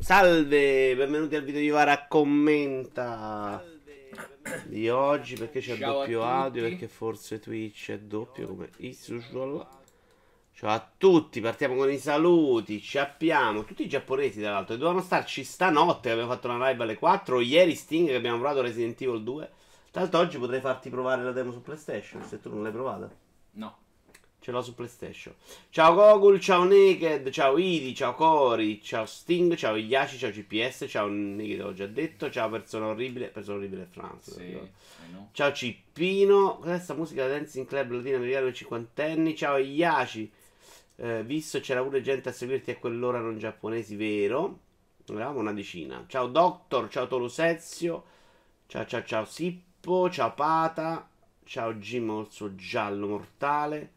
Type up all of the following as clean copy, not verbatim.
Salve, benvenuti al video di Vara commenta di oggi. Perché c'è doppio audio? Perché forse Twitch è doppio come usual. Ciao a tutti, partiamo con i saluti. Ci abbiamo tutti i giapponesi tra l'altro. E dovevano starci stanotte che abbiamo fatto una live alle 4. Ieri Sting che abbiamo provato Resident Evil 2. Tra l'altro oggi potrei farti provare la demo su PlayStation se tu non l'hai provata. No. Ce l'ho su PlayStation. Ciao Gogul, ciao Naked, ciao Idi, ciao Cori, ciao Sting, ciao Iaci, ciao GPS, ciao Naked, l'ho già detto, ciao Persona Orribile France. Sì, no. Ciao Cippino, cos'è sta musica Dancing Club latinoamericano per cinquantenni, ciao Iaci, visto c'era pure gente a seguirti a quell'ora non giapponesi, vero? Eravamo una decina. Ciao Doctor, ciao Tolusezio, ciao Sippo, ciao Pata, ciao Jim Orso Giallo Mortale.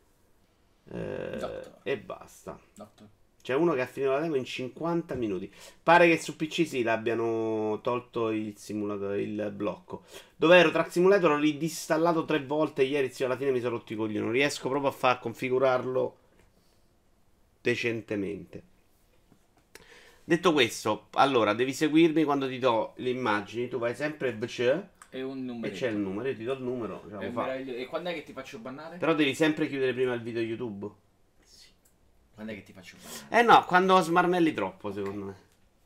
E basta. Doctor. C'è uno che ha finito la demo in 50 minuti. Pare che su PC sì l'abbiano tolto il simulatore, il blocco. Dov'ero? Track Simulator l'ho ridistallato 3 volte. Ieri sì, alla fine mi sono rotto i coglioni. Non riesco proprio a configurarlo decentemente. Detto questo, allora devi seguirmi quando ti do le immagini. Tu vai sempre VC E un numero. e c'è il numero. Io ti do il numero. E quando è che ti faccio bannare? Però devi sempre chiudere prima il video YouTube. Sì. Quando è che ti faccio bannare? No, quando smarmelli troppo, secondo me.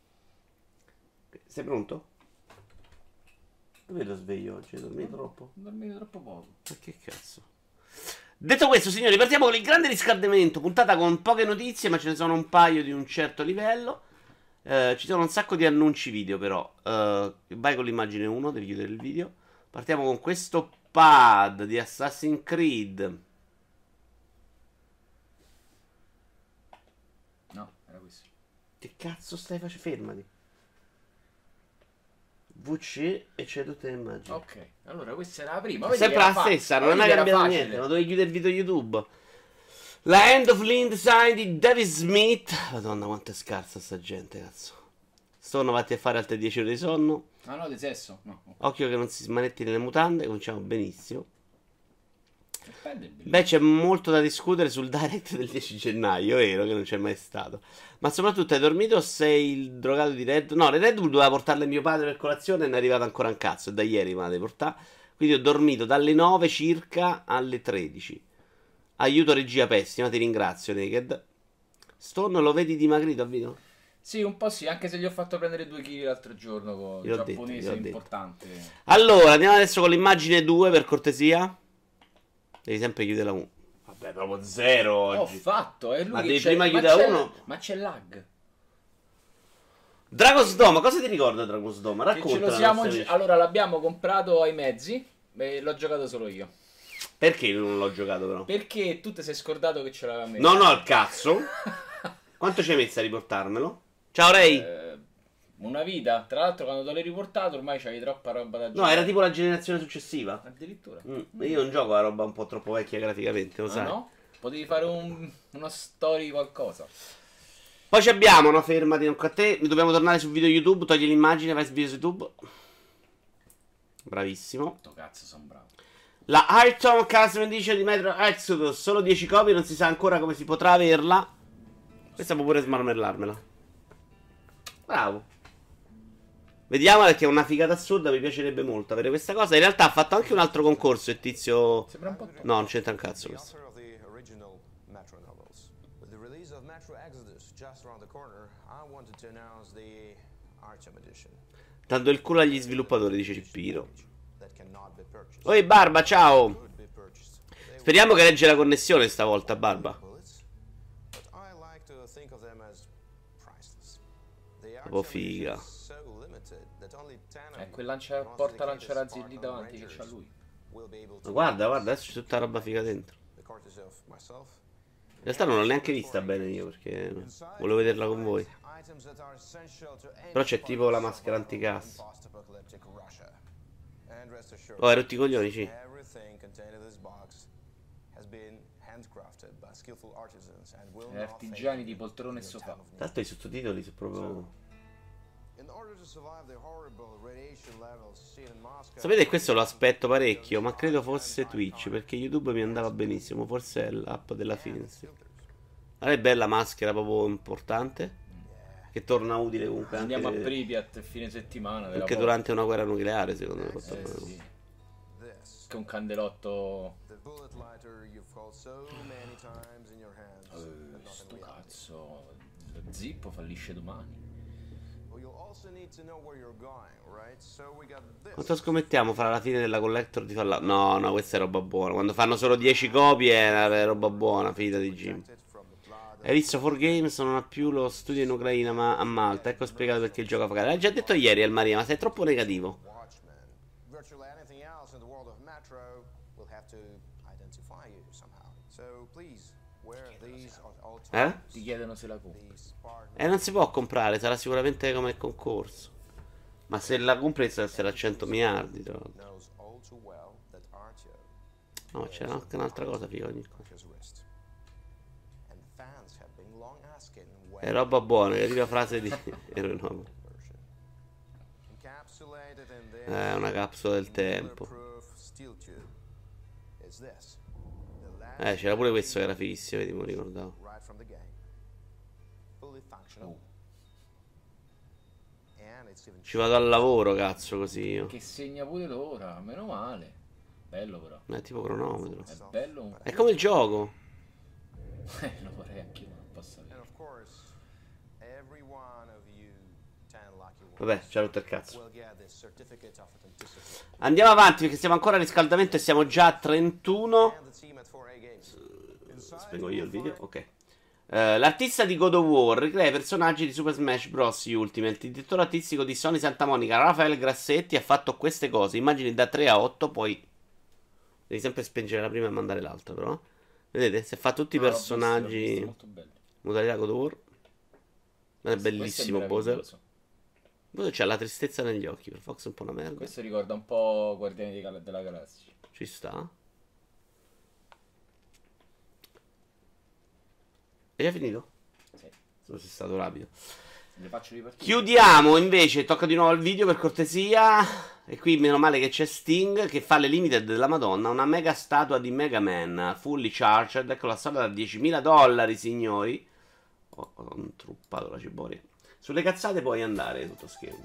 Sei pronto? Dove lo sveglio oggi? Dormi troppo? Dormito troppo poco. Ma che cazzo? Detto questo, signori, partiamo con il grande riscaldamento. Puntata con poche notizie, ma ce ne sono un paio di un certo livello. Ci sono un sacco di annunci video, però. Vai con l'immagine 1, devi chiudere il video. Partiamo con questo pad di Assassin's Creed. No, era questo. Che cazzo stai facendo? Fermati. VC e c'è tutte le immagini. Ok, allora questa era la prima. È sempre la stessa, non è mai cambiato niente. Ma dovevi chiudere il video YouTube. La End of Lean Design di David Smith. Madonna, quanto è scarsa sta gente, cazzo. Sono vatti a fare altre 10 ore di sonno. Ah no, di sesso? No. Occhio che non si smanetti nelle mutande. Cominciamo benissimo. Beh, Beh, c'è molto da discutere sul direct del 10 gennaio, vero? Che non c'è mai stato. Ma soprattutto, hai dormito o sei il drogato di Red? No, le Red Bull doveva portarle mio padre per colazione e non è arrivato ancora un cazzo. E da ieri me la devo portare. Quindi ho dormito dalle 9 circa alle 13. Aiuto regia pessima, ti ringrazio, Naked. Stone lo vedi dimagrito a video? Sì, un po' sì, anche se gli ho fatto prendere 2 kg l'altro giorno con il giapponese importante. Allora, andiamo adesso con l'immagine 2 per cortesia. Devi sempre chiudere la 1. Vabbè, proprio 0 oggi. Ho fatto, è lui. Ma che devi c'è, prima chiudere 1. Ma c'è lag. Dragon's Dome, cosa ti ricorda Dragon's Dome? Racconta. Allora, l'abbiamo comprato ai mezzi e l'ho giocato solo io. Perché non l'ho giocato però? Perché tu ti sei scordato che ce l'aveva messo. No, il cazzo. Quanto ci hai messo a riportarmelo? Ciao Ray. Una vita. Tra l'altro quando te l'hai riportato ormai c'avevi troppa roba da giocare. No, era tipo la generazione successiva. Addirittura. Io non gioco a roba un po' troppo vecchia graficamente, lo sai. No? Potevi fare una story qualcosa. Poi ci abbiamo, no? Fermati, non a te. Dobbiamo tornare sul video YouTube. Togli l'immagine, vai sul video su YouTube. Bravissimo. Sto cazzo, sono bravo. La Ayrton Custom Edition di Metro Exodus. Solo 10 copie, non si sa ancora come si potrà averla. Questa può pure smarmellarmela. Bravo. Vediamola perché è una figata assurda. Mi piacerebbe molto avere questa cosa. In realtà ha fatto anche un altro concorso. Il tizio. Sembra un po'. No, non c'entra un cazzo questo. Dando il culo agli sviluppatori, dice Cippino. Oi Barba, ciao. Speriamo che regge la connessione stavolta, Barba. Oh figa. Quel porta lanciarazzi lì davanti che c'ha lui. Ma guarda, adesso c'è tutta roba figa dentro. In realtà non l'ho neanche vista bene io perché volevo vederla con voi. Però c'è tipo la maschera anticassa. Oh, hai rotto i coglioni, sì. Artigiani di poltrone e sofà. Tanto i sottotitoli sono proprio. Sapete, questo lo aspetto parecchio, ma credo fosse Twitch, perché YouTube mi andava benissimo, forse è l'app della Firenze. Guarda, è bella maschera, proprio importante. che torna utile comunque. Andiamo a Pripyat fine settimana. Anche durante una guerra nucleare, secondo me. Sì. Che un candelotto. Sto cazzo. Lo zippo fallisce domani. Quanto scommettiamo fra la fine della collector di Fallout? No, no, questa è roba buona. Quando fanno solo 10 copie è roba buona, fida di Jim. Hai visto 4Games? Non ha più lo studio in Ucraina ma a Malta. Ecco spiegato perché il gioco a pagare. L'hai già detto ieri al Maria, ma sei troppo negativo. Ti chiedono se la compri. Non si può comprare, sarà sicuramente come il concorso. Ma se la compri sarà a 100 miliardi. Tra l'altro. No, c'era anche un'altra cosa figa ogni cosa. È roba buona, che arriva frase di Eroe nuovo. È una capsula del tempo. C'era pure questo che era fighissimo, vedi, mi ricordavo. Ci vado al lavoro, cazzo, così io. Che segna pure l'ora, meno male. Bello però. È tipo cronometro. È bello. È come il gioco. Lo vorrei anche io, non posso avere. Vabbè, ci ha rotto il cazzo. Andiamo avanti perché siamo ancora a riscaldamento e siamo già a 31. Spengo io il video, ok. L'artista di God of War ricrea i personaggi di Super Smash Bros. Ultimate. Il direttore artistico di Sony Santa Monica, Rafael Grassetti, ha fatto queste cose. Immagini da 3 a 8, poi devi sempre spengere la prima e mandare l'altra, però. Vedete? Si fa tutti i personaggi. Molto bello. Modalità God of War. Ma è bellissimo Bowser. Bowser c'ha la tristezza negli occhi. Per Fox è un po' una merda. Questo ricorda un po' Guardiani della Galassia. Ci sta. Hai già finito? Sì. Sono stato rapido. Le faccio ripartire. Chiudiamo invece, tocca di nuovo il video per cortesia. E qui meno male che c'è Sting che fa le limited della Madonna. Una mega statua di Mega Man fully charged. Ecco la statua da $10.000, signori. Ho intruppato la ciboria. Sulle cazzate puoi andare tutto schermo.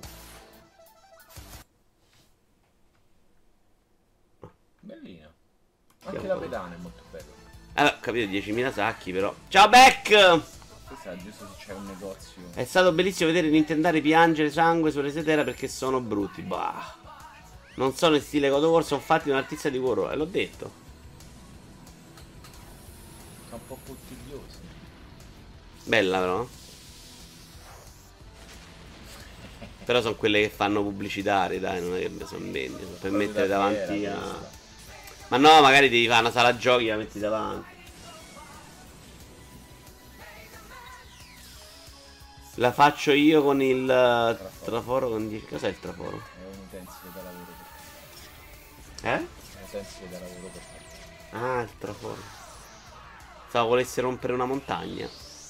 Bellina. Anche la pedana è molto bella. Allora, capito, 10.000 sacchi però. Ciao Beck! Questa è giusto se c'è un negozio. È stato bellissimo vedere Nintendari piangere sangue sulle sedere perché sono brutti. Bah. Non sono in stile God of War, sono fatti da un artista di War. L'ho detto. Sono un po' puntigliosi. Bella però. Però sono quelle che fanno pubblicitari, dai, non è che mi sono vendi. Per mettere davanti a... Ma no, magari devi fare una sala giochi e la metti davanti. La faccio io con il traforo con 10. Cos'è il traforo? È un utensile da lavoro per Eh? È un utensile da lavoro per Ah, il traforo. Stavo volesse rompere una montagna.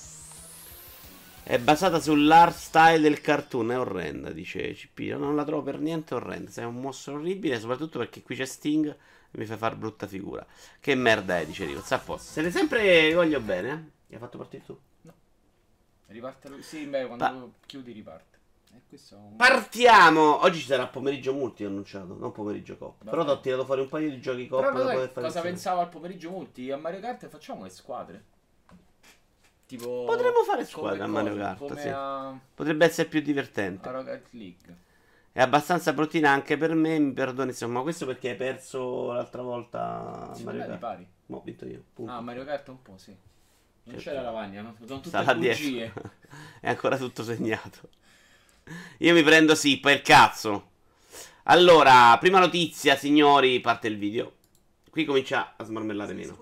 È basata sull'art style del cartoon, è orrenda, dice CP. Io non la trovo per niente orrenda. Sei un mostro orribile, soprattutto perché qui c'è Sting e mi fa far brutta figura. Che merda è, dice Rico. Sta a posto. Siete sempre voglio bene, eh? Mi hai fatto partire tu? No. Riparte lui. Sì, beh, quando chiudi riparte. Questo è un... Partiamo! Oggi ci sarà pomeriggio multi annunciato, non pomeriggio coppa. Vabbè. Però ti ho tirato fuori un paio di giochi coppa. Però da sai fare cosa pensavo al pomeriggio multi? A Mario Kart facciamo le squadre. Tipo... Potremmo fare squadre a Mario Kart, come sì. a... Potrebbe essere più divertente. a Rocket League. È abbastanza bruttina anche per me, mi perdoni insomma. Questo perché hai perso l'altra volta a Si Mario parla di Kart. pari. Mo' ho vinto io. Punto. Ah, Mario Kart un po', sì. Non Certo. c'è la lavagna, no? Sono tutte Sarà bugie. dietro. È ancora tutto segnato. Io mi prendo sì, per il cazzo. Allora, prima notizia, signori, parte il video. Qui comincia a smarmellare meno.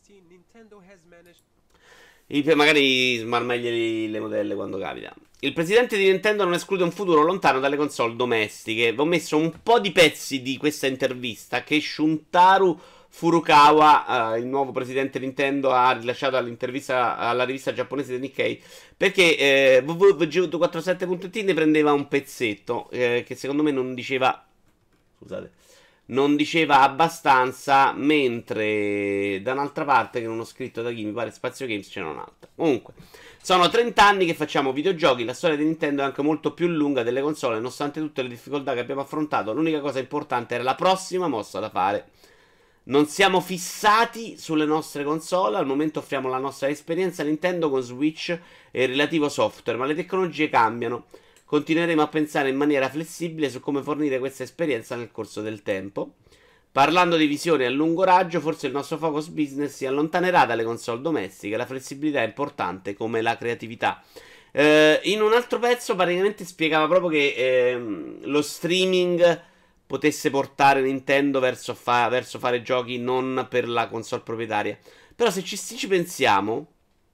Magari smarmegli le modelle quando capita. Il presidente di Nintendo non esclude un futuro lontano dalle console domestiche. Vi ho messo un po' di pezzi di questa intervista che Shuntaro Furukawa, il nuovo presidente Nintendo, ha rilasciato all'intervista alla rivista giapponese di Nikkei, perché www.g247.it ne prendeva un pezzetto che secondo me non diceva, scusate, non diceva abbastanza, mentre da un'altra parte, che non ho scritto da chi mi pare Spazio Games, c'era un'altra. Comunque, Sono 30 anni che facciamo videogiochi, la storia di Nintendo è anche molto più lunga delle console, nonostante tutte le difficoltà che abbiamo affrontato, l'unica cosa importante era la prossima mossa da fare. Non siamo fissati sulle nostre console, al momento offriamo la nostra esperienza Nintendo con Switch e il relativo software, ma le tecnologie cambiano. Continueremo a pensare in maniera flessibile su come fornire questa esperienza nel corso del tempo. Parlando di visione a lungo raggio, forse il nostro focus business si allontanerà dalle console domestiche. La flessibilità è importante come la creatività. In un altro pezzo praticamente spiegava proprio che lo streaming potesse portare Nintendo verso fare giochi non per la console proprietaria. Però se ci pensiamo,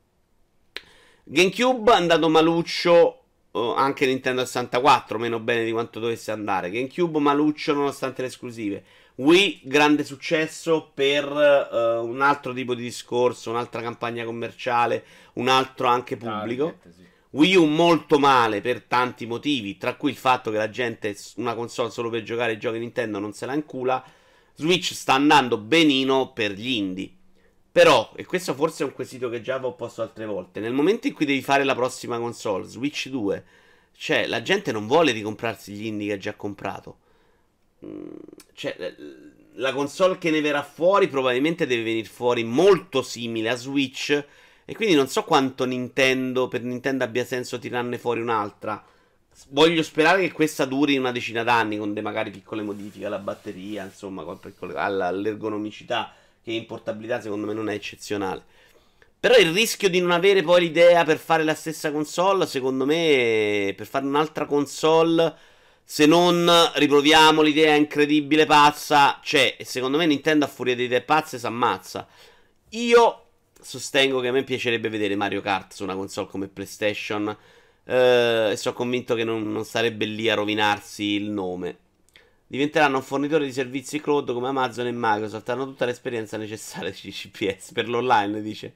GameCube è andato maluccio. Anche Nintendo 64 meno bene di quanto dovesse andare. GameCube maluccio nonostante le esclusive. Wii grande successo per un altro tipo di discorso, un'altra campagna commerciale, un altro anche pubblico. Target, sì. Wii U molto male per tanti motivi, tra cui il fatto che la gente una console solo per giocare ai giochi Nintendo non se la incula. Switch sta andando benino per gli indie. Però, e questo forse è un quesito che già avevo posto altre volte, nel momento in cui devi fare la prossima console, Switch 2, cioè la gente non vuole ricomprarsi gli indie che ha già comprato. Cioè, la console che ne verrà fuori probabilmente deve venire fuori molto simile a Switch, e quindi non so quanto per Nintendo abbia senso tirarne fuori un'altra. Voglio sperare che questa duri una decina d'anni, con delle magari piccole modifiche alla batteria, insomma, all'ergonomicità, che in portabilità secondo me non è eccezionale. Però il rischio di non avere poi l'idea per fare la stessa console, secondo me, per fare un'altra console, se non riproviamo l'idea incredibile pazza, c'è. E secondo me Nintendo a furia di idee pazze si ammazza. Io sostengo che a me piacerebbe vedere Mario Kart su una console come PlayStation, e sono convinto che non sarebbe lì a rovinarsi il nome. Diventeranno un fornitore di servizi cloud come Amazon e Microsoft. Hanno tutta l'esperienza necessaria di CPS per l'online, dice.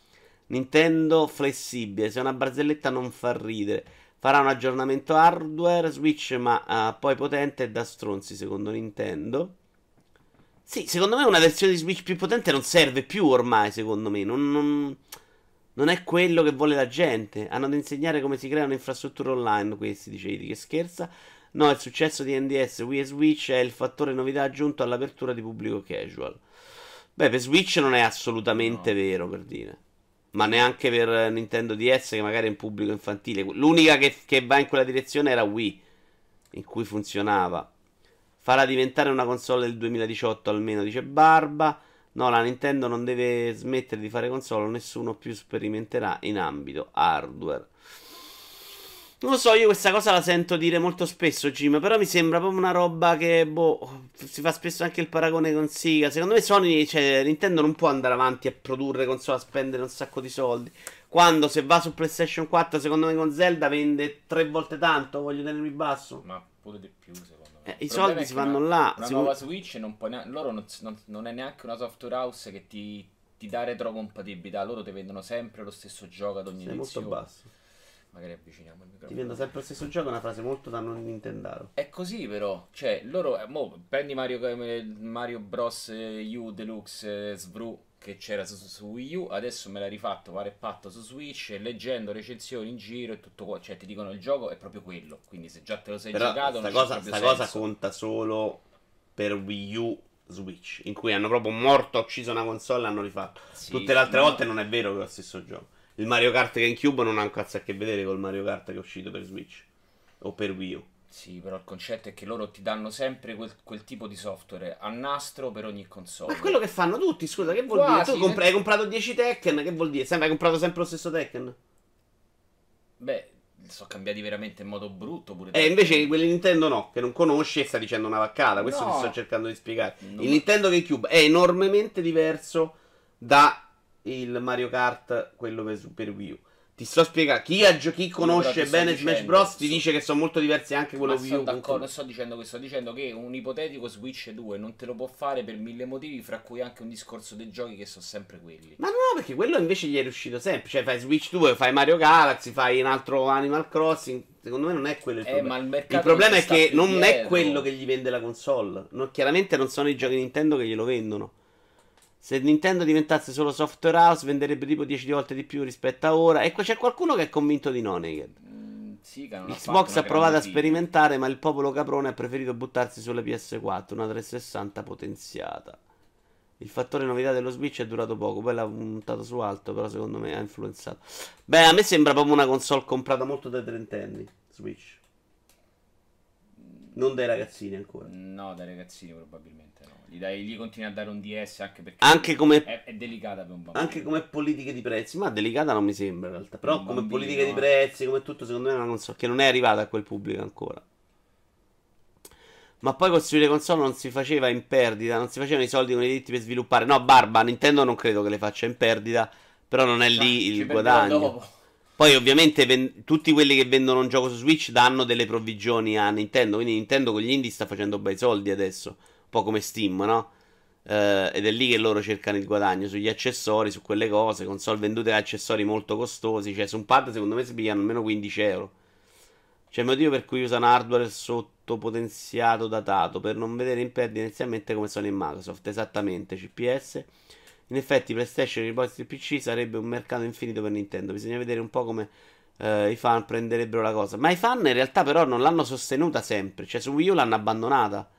Nintendo flessibile. Se una barzelletta non fa ridere. Farà un aggiornamento hardware Switch, ma poi potente e da stronzi, secondo Nintendo. Sì, secondo me una versione di Switch più potente non serve più ormai, secondo me. Non è quello che vuole la gente. Hanno da insegnare come si creano infrastrutture online, questi, dice Idi, che scherza. No, il successo di NDS, Wii e Switch è il fattore novità aggiunto all'apertura di pubblico casual. Beh, per Switch non è assolutamente vero, per dire. Ma neanche per Nintendo DS, che magari è un pubblico infantile. L'unica che va in quella direzione era Wii, in cui funzionava. Farà diventare una console del 2018 almeno, dice Barba. No, la Nintendo non deve smettere di fare console, nessuno più sperimenterà in ambito hardware. Non lo so, io questa cosa la sento dire molto spesso, Jim, però mi sembra proprio una roba che, si fa spesso anche il paragone con Sega. Secondo me Sony, cioè, Nintendo non può andare avanti a produrre console, a spendere un sacco di soldi. Quando, se va su PlayStation 4, secondo me con Zelda vende 3 volte tanto, voglio tenermi basso. Ma pure di più, secondo me. I soldi si vanno là. Una nuova Switch non può loro non è neanche una software house che ti dà retrocompatibilità. Loro ti vendono sempre lo stesso gioco ad ogni edizione. Molto basso. Magari avviciniamo il microfono. Ti vendo sempre lo stesso gioco, è una frase molto da non Nintendaro. È così però, cioè loro, prendi Mario Bros. U Deluxe Svru che c'era su Wii U, adesso me l'ha rifatto pare patto su Switch, e leggendo recensioni in giro e tutto qua, cioè ti dicono il gioco è proprio quello, quindi se già te lo sei però giocato sta cosa conta solo per Wii U Switch, in cui hanno proprio ucciso una console e hanno rifatto. Sì, tutte le altre volte non è vero che è lo stesso gioco. Il Mario Kart GameCube non ha un cazzo a che vedere col Mario Kart che è uscito per Switch o per Wii U. Sì, però il concetto è che loro ti danno sempre quel tipo di software a nastro per ogni console. Ma è quello che fanno tutti, scusa, che vuol dire? Tu hai comprato 10 Tekken, che vuol dire? Hai comprato sempre lo stesso Tekken? Beh, sono cambiati veramente in modo brutto pure. Invece quelli Nintendo no, che non conosci e sta dicendo una vaccata. Questo ti sto cercando di spiegare. Il Nintendo GameCube è enormemente diverso da il Mario Kart, quello per Wii U. Ti sto spiegando, chi conosce bene Smash Bros ti dice che sono molto diversi anche quello Wii U. Sono d'accordo, non sto dicendo questo, sto dicendo che un ipotetico Switch 2 non te lo può fare per 1000 motivi, fra cui anche un discorso dei giochi che sono sempre quelli. Ma no, perché quello invece gli è riuscito sempre. Cioè fai Switch 2, fai Mario Galaxy, fai un altro Animal Crossing. Secondo me non è quello il problema. Ma il problema è che non è quello che gli vende la console. Chiaramente non sono i giochi Nintendo che glielo vendono. Se Nintendo diventasse solo software house, venderebbe tipo 10 volte di più rispetto a ora. E c'è qualcuno che è convinto di no, Naked. Sì, che non Xbox ha provato a fine. sperimentare, ma il popolo caprone ha preferito buttarsi sulla PS4, una 360 potenziata. Il fattore novità dello Switch è durato poco, poi l'ha puntato su alto, però secondo me ha influenzato. Beh, a me sembra proprio una console comprata molto dai trentenni, Switch. Non dai ragazzini ancora. No, dai ragazzini probabilmente no. Gli continui a dare un DS anche perché Anche come è delicata per un bambino. Anche come politiche di prezzi, ma delicata non mi sembra in realtà. Però Un come bambino, politiche di prezzi, come tutto, secondo me è una console che non è arrivata a quel pubblico ancora. Ma poi costruire console non si faceva in perdita, non si facevano i soldi con i diritti per sviluppare. No, Barba, Nintendo non credo che le faccia in perdita, però non è lì il guadagno. Dopo. Poi ovviamente tutti quelli che vendono un gioco su Switch danno delle provvigioni a Nintendo, quindi Nintendo con gli indie sta facendo bei soldi adesso, un po' come Steam, no? Ed è lì che loro cercano il guadagno sugli accessori, su quelle cose, console vendute a accessori molto costosi, cioè su un pad secondo me si pigliano almeno 15 euro. C'è il motivo per cui usano hardware sottopotenziato datato, per non vedere in perdita inizialmente come sono in Microsoft, esattamente, CPS. In effetti PlayStation e i vostri PC sarebbe un mercato infinito per Nintendo, bisogna vedere un po' come i fan prenderebbero la cosa. Ma i fan in realtà però non l'hanno sostenuta sempre, cioè su Wii U l'hanno abbandonata.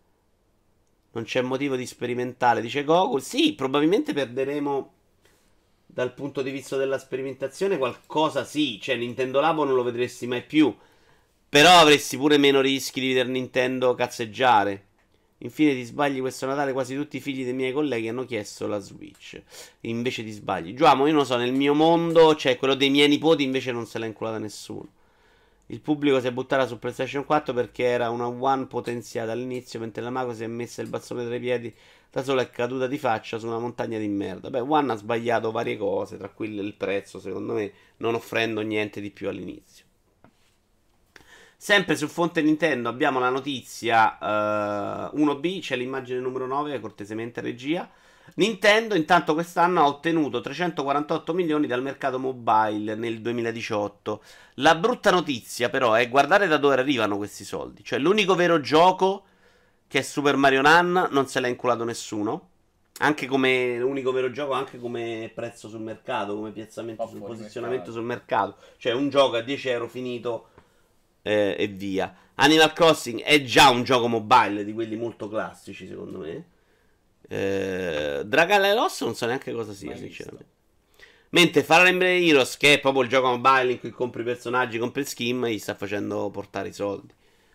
Non c'è motivo di sperimentare, dice Goku. Sì, probabilmente perderemo dal punto di vista della sperimentazione qualcosa, sì. Cioè Nintendo Labo non lo vedresti mai più. Però avresti pure meno rischi di vedere Nintendo cazzeggiare. Infine ti sbagli, questo Natale quasi tutti i figli dei miei colleghi hanno chiesto la Switch. Invece ti sbagli. Giuamo, io non lo so, nel mio mondo, cioè quello dei miei nipoti invece non se l'ha inculata nessuno. Il pubblico si è buttato su PlayStation 4 perché era una One potenziata all'inizio, mentre la Mako si è messa il bastone tra i piedi da sola è caduta di faccia su una montagna di merda. Beh, One ha sbagliato varie cose, tra cui il prezzo, secondo me, non offrendo niente di più all'inizio. Sempre su fonte Nintendo abbiamo la notizia 1B, c'è l'immagine numero 9, cortesemente regia. Nintendo intanto quest'anno ha ottenuto 348 milioni dal mercato mobile nel 2018. La brutta notizia però è guardare da dove arrivano questi soldi. Cioè l'unico vero gioco che è Super Mario Run non se l'ha inculato nessuno. Anche come l'unico vero gioco, anche come prezzo sul mercato, come piazzamento sul posizionamento sul mercato. Cioè un gioco a 10 euro finito e via. Animal Crossing è già un gioco mobile di quelli molto classici secondo me. Dragala e Lost non so neanche cosa sia, sinceramente. Mentre Fire Emblem Heroes, che è proprio il gioco mobile in cui compri i personaggi, compri skin, gli sta facendo portare i soldi.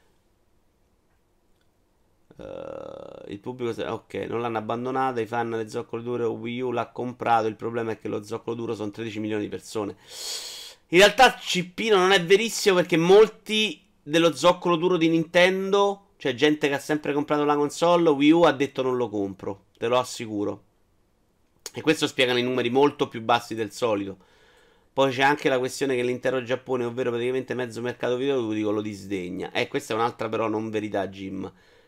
Il pubblico, ok, non l'hanno abbandonata. I fan del zoccolo duro Wii U l'ha comprato. Il problema è che lo zoccolo duro sono 13 milioni di persone. In realtà, Cippino, non è verissimo perché molti dello zoccolo duro di Nintendo, cioè gente che ha sempre comprato la console, Wii U ha detto non lo compro, te lo assicuro. E questo spiegano i numeri molto più bassi del solito. Poi c'è anche la questione che l'intero Giappone, ovvero praticamente mezzo mercato videoludico, lo disdegna. Questa è un'altra però non verità, Jim.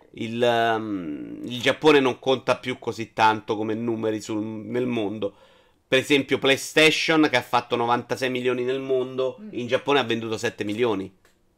Il Giappone non conta più così tanto come numeri nel mondo. Per esempio PlayStation, che ha fatto 96 milioni nel mondo, in Giappone ha venduto 7 milioni.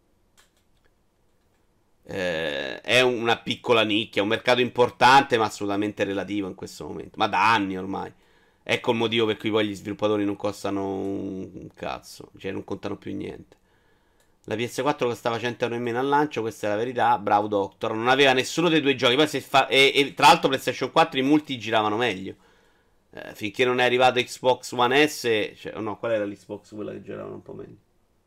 È una piccola nicchia, un mercato importante ma assolutamente relativo in questo momento, ma da anni ormai. Ecco il motivo per cui poi gli sviluppatori non costano un cazzo, cioè non contano più niente. La PS4 costava 100 euro in meno al lancio, questa è la verità. Bravo Doctor, non aveva nessuno dei due giochi. Poi e tra l'altro PlayStation 4 i multi giravano meglio. Finché non è arrivato Xbox One S, cioè, no, qual era l'Xbox quella che giravano un po' meglio?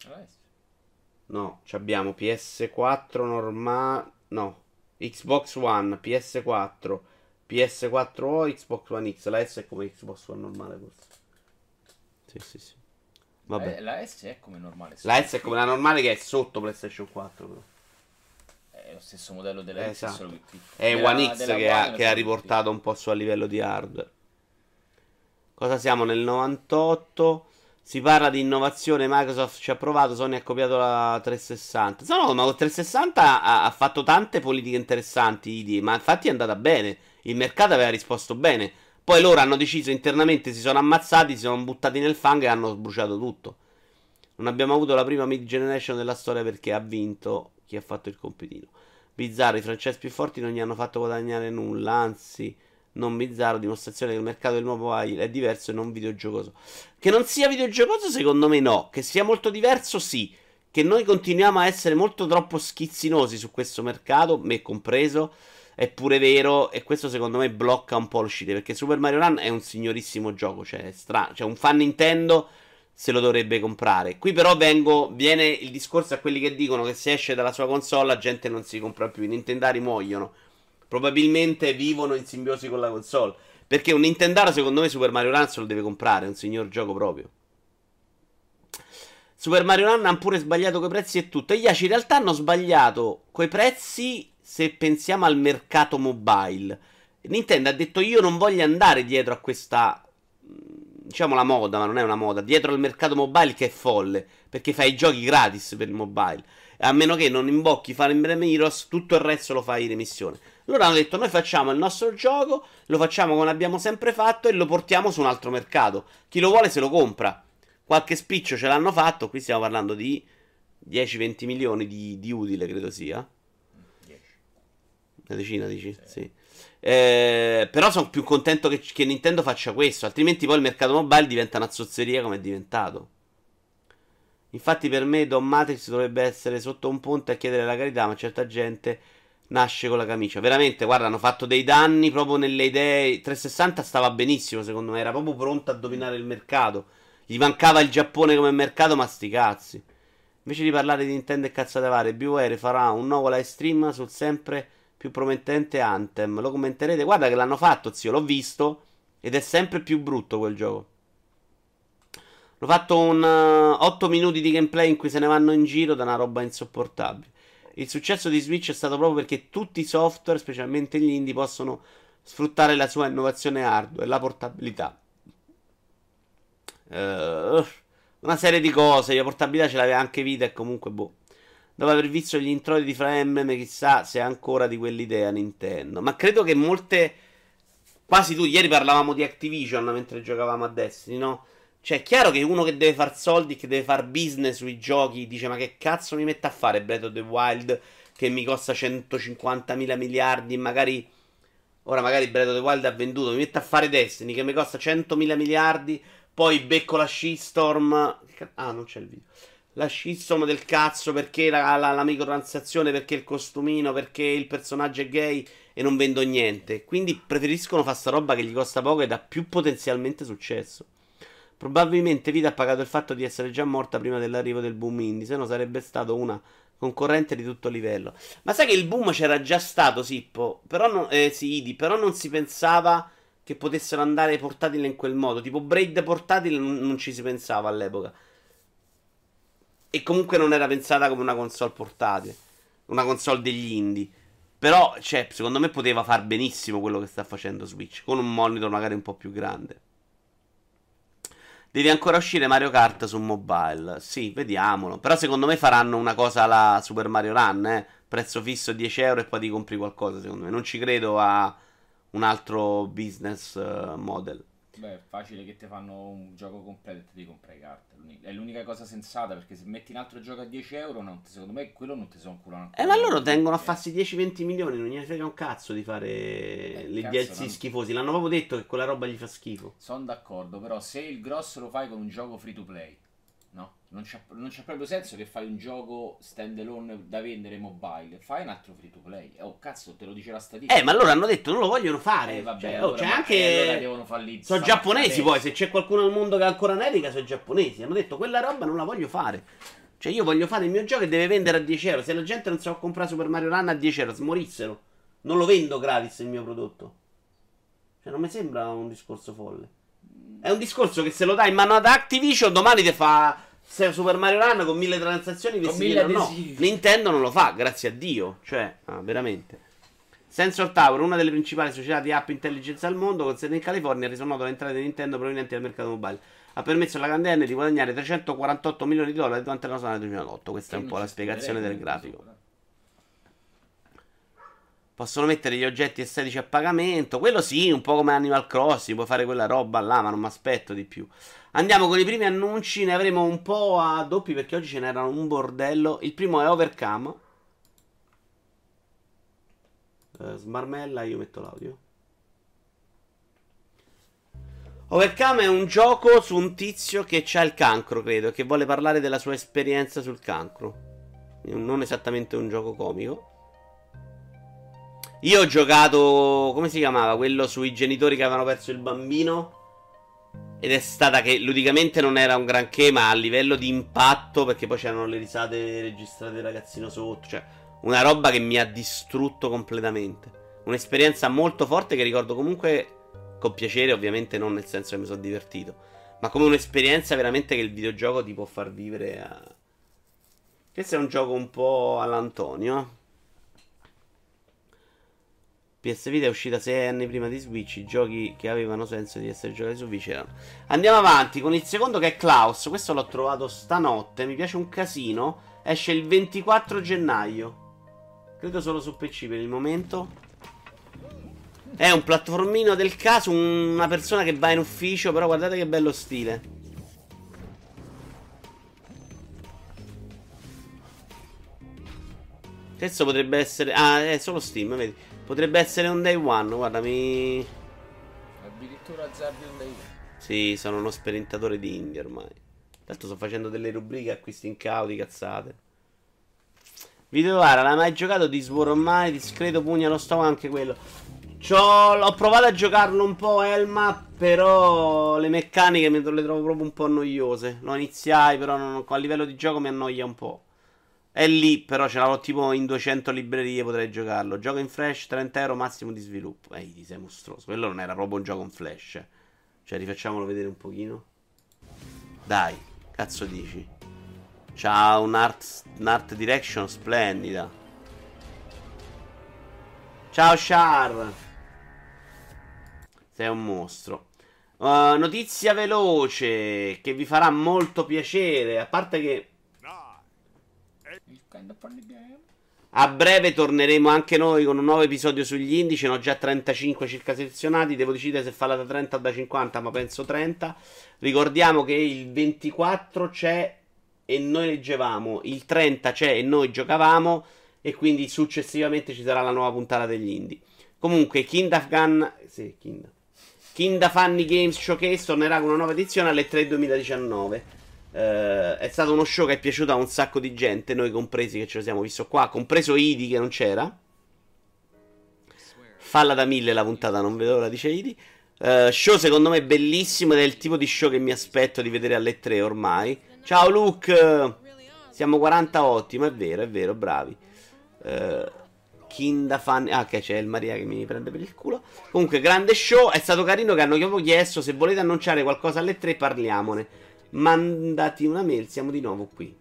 No, abbiamo PS4 normale. No, Xbox One, PS4, PS4O, Xbox One X. La S è come Xbox One normale, forse. Sì. Vabbè. La S è come normale. La S è come la normale che è sotto PlayStation 4, però. È lo stesso modello della X, esatto. solo più è One X che ha riportato un po' su a livello di hardware. Cosa siamo nel 98? Si parla di innovazione, Microsoft ci ha provato, Sony ha copiato la 360. No, ma la 360 ha fatto tante politiche interessanti, ma infatti è andata bene. Il mercato aveva risposto bene. Poi loro hanno deciso internamente, si sono ammazzati, si sono buttati nel fango e hanno bruciato tutto. Non abbiamo avuto la prima mid-generation della storia perché ha vinto chi ha fatto il compitino. Bizzarro, i franchise più forti non gli hanno fatto guadagnare nulla, anzi non bizzarro, dimostrazione che il mercato del nuovo mobile è diverso e non videogiocoso. Che non sia videogiocoso, secondo me no. Che sia molto diverso, sì. Che noi continuiamo a essere molto troppo schizzinosi su questo mercato, me compreso, è pure vero. E questo secondo me blocca un po' l'uscita. Perché Super Mario Run è un signorissimo gioco. Cioè, è strano. Cioè, un fan Nintendo se lo dovrebbe comprare. Qui però viene il discorso a quelli che dicono che se esce dalla sua console la gente non si compra più. I Nintendari muoiono. Probabilmente vivono in simbiosi con la console. Perché un Nintendaro secondo me Super Mario Run se lo deve comprare. È un signor gioco proprio. Super Mario Run hanno pure sbagliato coi prezzi e tutto. E gli ACI in realtà hanno sbagliato coi prezzi se pensiamo al mercato mobile. Nintendo ha detto io non voglio andare dietro a questa, diciamo la moda, ma non è una moda, dietro al mercato mobile che è folle, perché fai i giochi gratis per il mobile. A meno che non imbocchi Fire Emblem Heroes, tutto il resto lo fai in emissione. Loro hanno detto noi facciamo il nostro gioco, lo facciamo come abbiamo sempre fatto e lo portiamo su un altro mercato. Chi lo vuole se lo compra. Qualche spiccio ce l'hanno fatto, qui stiamo parlando di 10-20 milioni di utile, credo sia. 10. Una decina, dici? Sì. Però sono più contento che Nintendo faccia questo, altrimenti poi il mercato mobile diventa una zozzeria come è diventato. Infatti per me Don Matrix dovrebbe essere sotto un ponte a chiedere la carità, ma certa gente nasce con la camicia. Veramente, guarda, hanno fatto dei danni proprio nelle idee. 360 stava benissimo, secondo me, era proprio pronto a dominare il mercato. Gli mancava il Giappone come mercato, ma sti cazzi. Invece di parlare di Nintendo e cazzate varie, BioWare farà un nuovo live stream sul sempre più promettente Anthem. Lo commenterete? Guarda che l'hanno fatto, zio, l'ho visto. Ed è sempre più brutto quel gioco. Hanno fatto un 8 minuti di gameplay in cui se ne vanno in giro da una roba insopportabile. Il successo di Switch è stato proprio perché tutti i software, specialmente gli indie, possono sfruttare la sua innovazione hardware, la portabilità. Una serie di cose. La portabilità ce l'aveva anche Vita e comunque boh. Dopo aver visto gli introiti di Fire Emblem, chissà se è ancora di quell'idea Nintendo. Ma credo che molte, quasi tu, ieri parlavamo di Activision mentre giocavamo a Destiny, no? Cioè è chiaro che uno che deve far soldi, che deve far business sui giochi, dice ma che cazzo mi mette a fare Breath of the Wild che mi costa 150 mila miliardi e magari ora magari Breath of the Wild ha venduto, mi mette a fare Destiny che mi costa 100 mila miliardi. Poi becco la shitstorm. Ah, non c'è il video. La shitstorm del cazzo perché la microtransazione, perché il costumino, perché il personaggio è gay e non vendo niente. Quindi preferiscono fare sta roba che gli costa poco e dà più potenzialmente successo. Probabilmente Vita ha pagato il fatto di essere già morta prima dell'arrivo del boom indie, se no sarebbe stato una concorrente di tutto livello. Ma sai che il boom c'era già stato, Sippo? Però sì, Idi, però non si pensava che potessero andare portatili in quel modo. Tipo Braid portatile non ci si pensava all'epoca. E comunque non era pensata come una console portatile. Una console degli indie. Però, cioè, secondo me poteva far benissimo quello che sta facendo Switch. Con un monitor magari un po' più grande. Deve ancora uscire Mario Kart su mobile. Sì, vediamolo. Però secondo me faranno una cosa alla Super Mario Run, Prezzo fisso 10 euro e poi ti compri qualcosa, secondo me. Non ci credo a un altro business model. Beh, è facile che ti fanno un gioco completo e ti compri carte. È l'unica cosa sensata, perché se metti un altro gioco a 10 euro, secondo me quello non ti sono culano. Ma loro tengono a farsi 10-20 milioni, non gliene frega un cazzo di fare le DLC schifosi. L'hanno proprio detto che quella roba gli fa schifo. Sono d'accordo, però se il grosso lo fai con un gioco free to play, no? Non c'è proprio senso che fai un gioco standalone da vendere mobile. Fai un altro free to play. Oh, cazzo, te lo dice la statistica. Ma loro hanno detto non lo vogliono fare. Vabbè, cioè, allora, c'è anche. Allora devono fallire. Sono giapponesi poi. Se c'è qualcuno al mondo che ancora nevica, sono giapponesi. Hanno detto quella roba non la voglio fare. Cioè, io voglio fare il mio gioco e deve vendere a 10 euro. Se la gente non si può comprare Super Mario Run a 10 euro, smorissero. Non lo vendo gratis il mio prodotto. Cioè, non mi sembra un discorso folle. È un discorso che se lo dai in mano ad Activision, domani ti fa. Se Super Mario Run con 1000 transazioni con 1000 adesivi. No, Nintendo non lo fa, grazie a Dio. Cioè, veramente. Sensor Tower, una delle principali società di app intelligence al mondo, con sede in California, ha reso noto l'entrata di Nintendo provenienti dal mercato mobile. Ha permesso alla grande N di guadagnare 348 milioni di dollari durante la sua 2008. Questa è un po' la spiegazione del grafico. Possono mettere gli oggetti estetici a pagamento. Quello sì, un po' come Animal Crossing. Puoi fare quella roba là, ma non mi aspetto di più. Andiamo con i primi annunci. Ne avremo un po' a doppi perché oggi ce n'erano un bordello. Il primo è Overcome. Smarmella, io metto l'audio. Overcome è un gioco su un tizio che ha il cancro, credo, e che vuole parlare della sua esperienza sul cancro. Non esattamente un gioco comico. Io ho giocato, come si chiamava? Quello sui genitori che avevano perso il bambino. Ed è stata che ludicamente non era un granché, ma a livello di impatto, perché poi c'erano le risate registrate del ragazzino sotto. Cioè, una roba che mi ha distrutto completamente. Un'esperienza molto forte che ricordo comunque con piacere, ovviamente non nel senso che mi sono divertito, ma come un'esperienza veramente che il videogioco ti può far vivere a... Questo è un gioco un po' all'Antonio. PS Vita è uscita 6 anni prima di Switch. I giochi che avevano senso di essere giocati su Switch erano. Andiamo avanti con il secondo, che è Klaus. Questo l'ho trovato stanotte. Mi piace un casino. Esce il 24 gennaio. Credo solo su PC per il momento. È un platformino del caso. Una persona che va in ufficio. Però guardate che bello stile. Questo potrebbe essere... Ah, è solo Steam, vedi. Potrebbe essere un day one, guarda, mi... Addirittura azzardi un day one. Sì, sono uno sperintatore di indie ormai. Tanto sto facendo delle rubriche, acquisti incauti, cazzate. Videovara, l'hai mai giocato? Di War ormai, discreto, pugna allo stomaco, anche quello. Ho provato a giocarlo un po', Elma, però le meccaniche le trovo proprio un po' noiose. Lo iniziai, però a livello di gioco mi annoia un po'. È lì, però ce l'avrò tipo in 200 librerie, potrei giocarlo. Gioco in flash, 30 euro massimo di sviluppo. Ti sei mostruoso. Quello non era proprio un gioco in flash. Cioè, rifacciamolo vedere un pochino. Dai, cazzo dici? C'ha un'art direction splendida. Ciao, Char. Sei un mostro. Notizia veloce che vi farà molto piacere. A parte che a breve torneremo anche noi con un nuovo episodio sugli indie. Ce ne ho già 35 circa selezionati. Devo decidere se farla da 30 o da 50, ma penso 30. Ricordiamo che il 24 c'è e noi leggevamo, il 30 c'è e noi giocavamo, e quindi successivamente ci sarà la nuova puntata degli indie. Comunque Kind of Funny Games Showcase tornerà con una nuova edizione alle 3 2019. È stato uno show che è piaciuto a un sacco di gente, noi compresi che ce lo siamo visto qua, compreso Idi che non c'era. Falla da 1000 la puntata, non vedo l'ora, dice Idi. Show secondo me bellissimo ed è il tipo di show che mi aspetto di vedere alle 3 ormai. Ciao Luke, siamo 40 ottimo, è vero, bravi. Kinda Fan. Ah, che c'è il Maria che mi prende per il culo. Comunque, grande show. È stato carino che hanno proprio chiesto se volete annunciare qualcosa alle 3, parliamone. Mandati una mail, siamo di nuovo qui.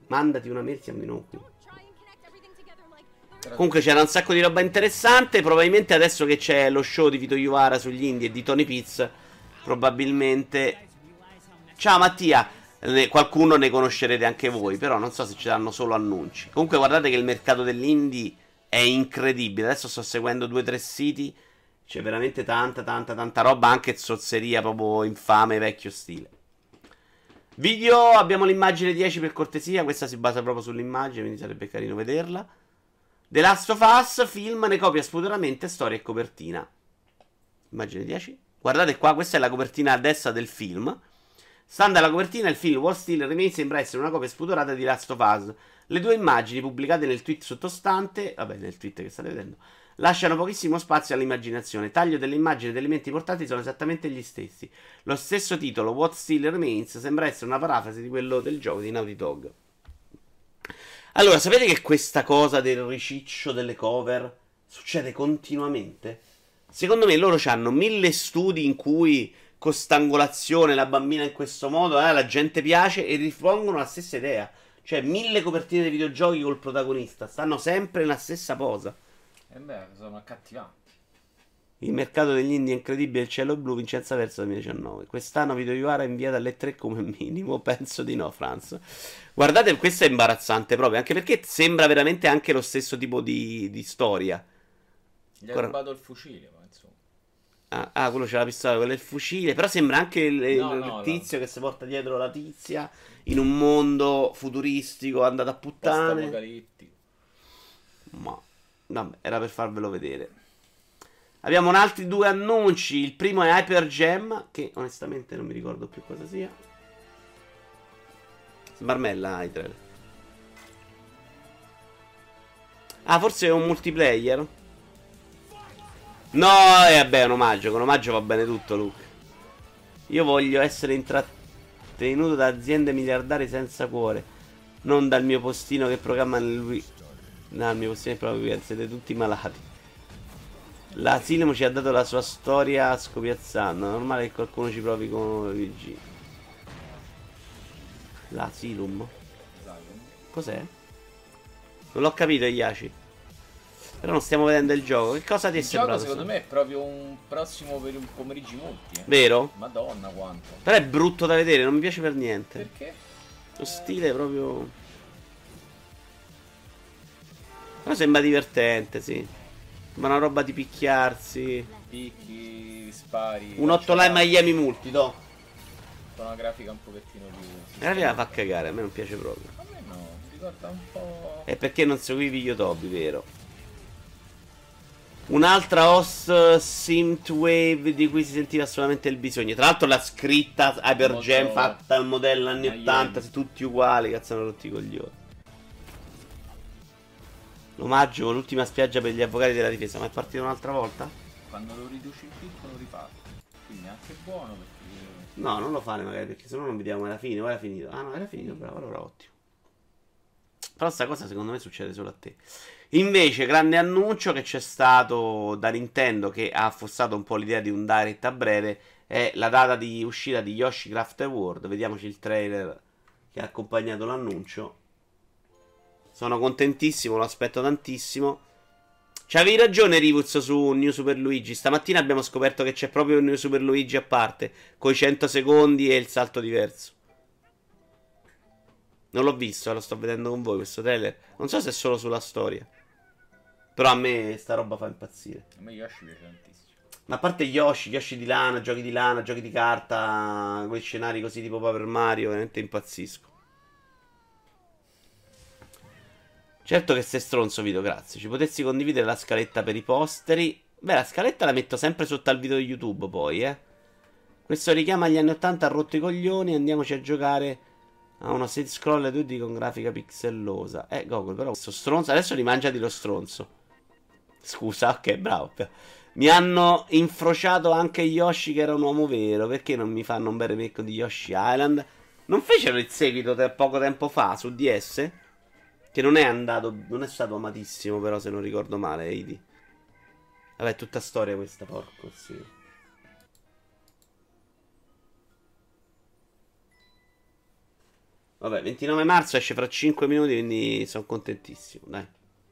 Comunque c'era un sacco di roba interessante. Probabilmente adesso che c'è lo show di Vito Iuvara sugli indie e di Tony Piz, probabilmente... Ciao Mattia. Qualcuno ne conoscerete anche voi, però non so se ci saranno solo annunci. Comunque guardate che il mercato dell'indie è incredibile. Adesso sto seguendo 2 o 3 siti. C'è veramente tanta roba, anche zozzeria proprio infame, vecchio stile. Video, abbiamo l'immagine 10 per cortesia. Questa si basa proprio sull'immagine, quindi sarebbe carino vederla. The Last of Us, film, ne copia spudoratamente storia e copertina. Immagine 10. Guardate qua, questa è la copertina a destra del film. Stando alla copertina, il film What Still Remains sembra essere una copia spudorata di Last of Us. Le 2 immagini pubblicate nel tweet sottostante, nel tweet che state vedendo, lasciano pochissimo spazio all'immaginazione. Il taglio delle immagini e degli elementi portati sono esattamente gli stessi. Lo stesso titolo, What Still Remains, sembra essere una parafrasi di quello del gioco di Naughty Dog. Allora, sapete che questa cosa del riciccio delle cover succede continuamente? Secondo me loro hanno 1000 studi in cui con st'angolazione la bambina in questo modo, la gente piace e ripropongono la stessa idea. Cioè 1000 copertine di videogiochi col protagonista, stanno sempre nella stessa posa. E beh, sono accattivanti. Il mercato degli indie è incredibile, il cielo blu, Vincenza Verso 2019. Quest'anno Vito Iuvara è inviata alle 3 come minimo, penso di no, Franz. Guardate, questo è imbarazzante proprio, anche perché sembra veramente anche lo stesso tipo di storia. Gli ha rubato il fucile, ma insomma. Quello c'è la pistola, quello è il fucile. Però sembra anche il tizio che si porta dietro la tizia in un mondo futuristico andato a puttane. Post-apocalittico. Ma vabbè, era per farvelo vedere. Abbiamo un altri due annunci. Il primo è Hyper Gem, che onestamente non mi ricordo più cosa sia. Smarmella Hydrail. Ah, forse è un multiplayer. No, vabbè, è un omaggio. Con omaggio va bene tutto, Luke. Io voglio essere intrattenuto da aziende miliardarie senza cuore, non dal mio postino che programma nel dal mio postino che programma il siete tutti malati. L'Asylum ci ha dato la sua storia scopiazzando. Normale che qualcuno ci provi con Luigi. L'Asylum? Cos'è? Non l'ho capito, Iaci. Però non stiamo vedendo il gioco. Che cosa ti è sembrato? Il gioco secondo me è proprio un prossimo per un pomeriggi multi. Vero? Madonna quanto. Però è brutto da vedere, non mi piace per niente. Perché? Lo stile è proprio... Però sembra divertente, sì. Ma una roba di picchiarsi. Picchi, spari. Un 8 live Miami multi, do. Con una grafica un pochettino più... La grafica fa cagare, a me non piace proprio. A me no, mi ricorda un po'... È perché non seguivi Yotobi, vero? Un'altra host Synthwave di cui si sentiva solamente il bisogno. Tra l'altro la scritta Hypergem fatta al modello anni 80, tutti uguali, cazzo hanno rotti i coglioni. L'omaggio con l'ultima spiaggia per gli avvocati della difesa. Ma è partito un'altra volta? Quando lo riduci il picco lo riparte. Quindi è anche buono perché... No, non lo fare magari perché sennò non vediamo era fine o era finito. Ah no, era finito, bravo, allora ottimo. Però sta cosa secondo me succede solo a te. Invece, grande annuncio che c'è stato da Nintendo, che ha affossato un po' l'idea di un direct a breve, è la data di uscita di Yoshi Craft World. Vediamoci il trailer che ha accompagnato l'annuncio. Sono contentissimo, lo aspetto tantissimo. C'avevi ragione, Rivuz, su New Super Luigi. Stamattina abbiamo scoperto che c'è proprio un New Super Luigi a parte, coi 100 secondi e il salto diverso. Non l'ho visto, lo sto vedendo con voi questo trailer. Non so se è solo sulla storia. Però a me sta roba fa impazzire. A me Yoshi piace tantissimo. Ma a parte Yoshi di lana, giochi di carta, quei scenari così tipo Paper Mario, veramente impazzisco. Certo che sei stronzo, Vito, grazie. Ci potessi condividere la scaletta per i posteri? Beh, la scaletta la metto sempre sotto al video di YouTube poi, Questo richiama agli anni 80, ha rotto i coglioni, andiamoci a giocare a una side scroll 2D con grafica pixellosa. Gogol, però questo stronzo, adesso rimangiati lo stronzo. Scusa, ok, bravo. Mi hanno infrociato anche Yoshi che era un uomo vero. Perché non mi fanno un bel remake di Yoshi Island? Non fecero il seguito poco tempo fa su DS? Che non è andato, non è stato amatissimo però se non ricordo male, Heidi. Vabbè, tutta storia questa, porco sì. Vabbè, 29 marzo esce fra 5 minuti, quindi sono contentissimo, dai.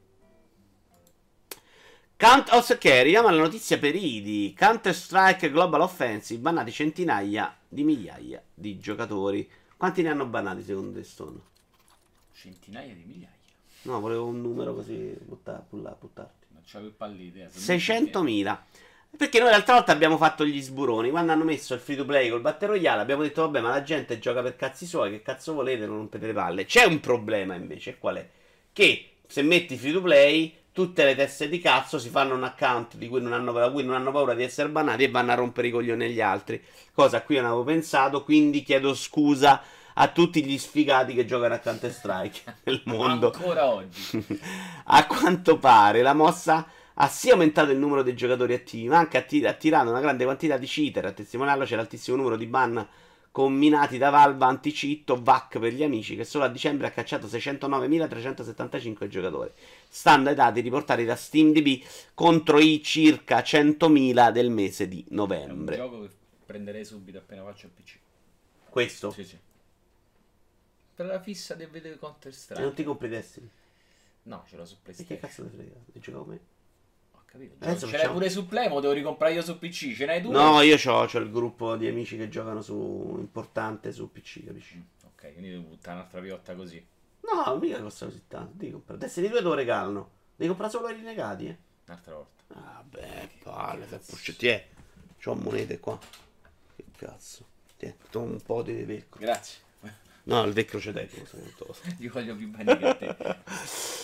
Ok, arriviamo alla notizia per Idi. Counter-Strike Global Offensive, bannati centinaia di migliaia di giocatori. Quanti ne hanno bannati secondo te, Stone? Centinaia di migliaia? No, volevo un numero così buttarti. Non c'avevo pall'idea. 600.000. Perché noi l'altra volta abbiamo fatto gli sburoni. Quando hanno messo il free to play col Battle Royale abbiamo detto vabbè, ma la gente gioca per cazzi suoi, che cazzo volete, non rompete le palle. C'è un problema invece, qual è? Che se metti free to play tutte le teste di cazzo si fanno un account di cui non hanno paura di essere bannati e vanno a rompere i coglioni agli altri. Cosa a cui non avevo pensato, quindi chiedo scusa a tutti gli sfigati che giocano a Counter Strike nel mondo. Ancora oggi. A quanto pare la mossa ha sia aumentato il numero dei giocatori attivi, ma anche attirato una grande quantità di cheater. A testimoniarlo c'è l'altissimo numero di ban combinati da Valve anti-cheat o VAC per gli amici, che solo a dicembre ha cacciato 609.375 giocatori, stando ai dati riportati da SteamDB contro i circa 100.000 del mese di novembre. È un gioco che prenderei subito appena faccio il PC. Questo? Sì, sì. Per la fissa del vedere Counter Strike. E non ti compri Destiny? No, ce l'ho su E PlayStation. che cazzo ti frega? Ti gioca con me? Ho capito. Adesso Ce l'hai facciamo- pure su Play, ma devo ricomprare io su PC. Ce n'hai due? No, io c'ho il gruppo di amici che giocano su importante su PC, capisci? Ok, quindi devo buttare un'altra piotta così. No, mica costa così tanto. Devi comprare. Destiny 2 te lo regalano. Devi comprare solo i rinnegati, Un'altra volta. Ah, beh, palle, fai porcetti. C'ho monete qua. Che cazzo. Tieni, un po' di velcro. Grazie. No, il velcro c'è dentro. Io voglio più bene che te.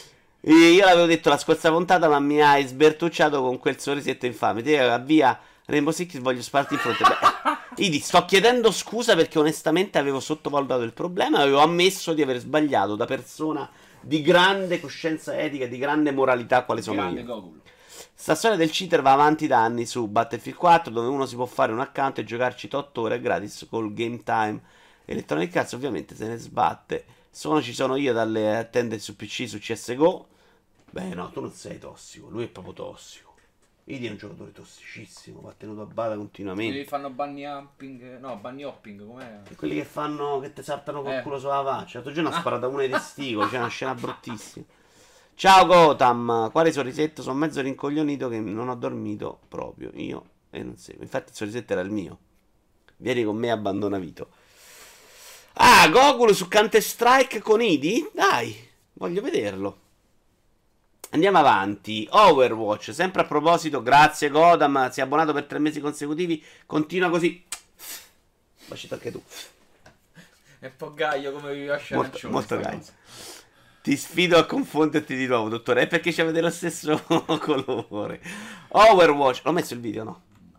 Io l'avevo detto la scorsa puntata, ma mi hai sbertucciato con quel sorrisetto infame. Ti via Rainbow Six, voglio sparti in fronte. Beh, Idi, sto chiedendo scusa perché onestamente avevo sottovalutato il problema e avevo ammesso di aver sbagliato da persona di grande coscienza etica, di grande moralità quale sono Grande io. Gogul. Sta storia del cheater va avanti da anni su Battlefield 4, dove uno si può fare un account e giocarci 8 ore gratis col game time. Electronic Arts ovviamente se ne sbatte. Ci sono io dalle attende su PC, su CSGO. Beh no, tu non sei tossico, lui è proprio tossico. Idi è un giocatore tossicissimo, va tenuto a bada continuamente. Quelli che fanno bunny hopping, no, bunny hopping, com'è? E quelli che fanno, che ti saltano col culo sulla faccia. L'altro giorno ha sparato a uno ai testicoli, c'è una scena bruttissima. Ciao Gotham, quale sorrisetto? Sono mezzo rincoglionito che non ho dormito proprio, io e non seguo. Infatti il sorrisetto era il mio. Vieni con me, abbandona Vito. Ah, Gogul su Counter Strike con Idi? Dai, voglio vederlo. Andiamo avanti. Overwatch, sempre a proposito, grazie Godam, si è abbonato per 3 mesi consecutivi, continua così. Bacito anche tu. È un po' gaio come vi lascia Molto, molto gaio. Ti sfido a confonderti di nuovo, dottore. È perché avete lo stesso colore. Overwatch, l'ho messo il video, no?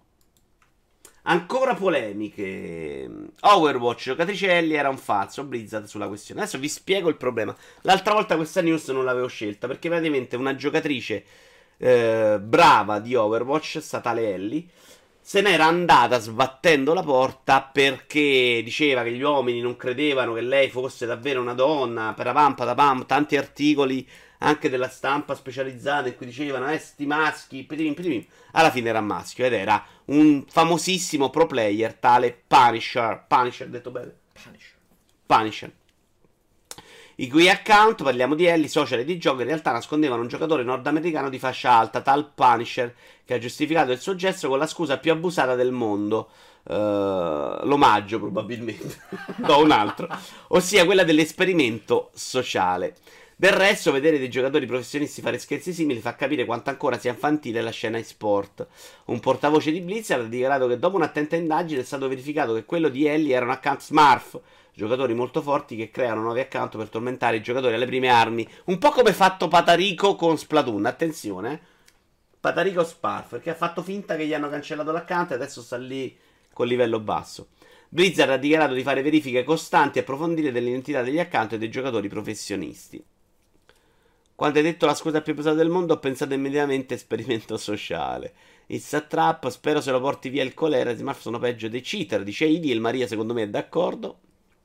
Ancora polemiche. Overwatch, giocatrice Ellie era un falso. Blizzard sulla questione. Adesso vi spiego il problema. L'altra volta questa news non l'avevo scelta perché praticamente una giocatrice brava di Overwatch, statale Ellie, se n'era andata sbattendo la porta perché diceva che gli uomini non credevano che lei fosse davvero una donna. Parapam, tanti articoli anche della stampa specializzata in cui dicevano sti maschi, pedimin. Alla fine era maschio ed era un famosissimo pro player tale Punisher, detto bene? Punisher. I cui account, parliamo di Ellie, social e di gioco, in realtà nascondevano un giocatore nordamericano di fascia alta, tal Punisher, che ha giustificato il suo gesto con la scusa più abusata del mondo. L'omaggio probabilmente. Do un altro. Ossia quella dell'esperimento sociale. Del resto, vedere dei giocatori professionisti fare scherzi simili fa capire quanto ancora sia infantile la scena e-sport. Un portavoce di Blizzard ha dichiarato che dopo un'attenta indagine è stato verificato che quello di Ellie era un account Smurf, giocatori molto forti che creano nuovi account per tormentare i giocatori alle prime armi, un po' come fatto Patarico con Splatoon, attenzione, Patarico Sparf, perché ha fatto finta che gli hanno cancellato l'account e adesso sta lì col livello basso. Blizzard ha dichiarato di fare verifiche costanti e approfondite dell'identità degli account e dei giocatori professionisti. Quando hai detto la scusa più pesata del mondo ho pensato immediatamente esperimento sociale. It's a trap, spero se lo porti via il colera, i Smurf sono peggio dei cheater, dice Idi, il Maria secondo me è d'accordo.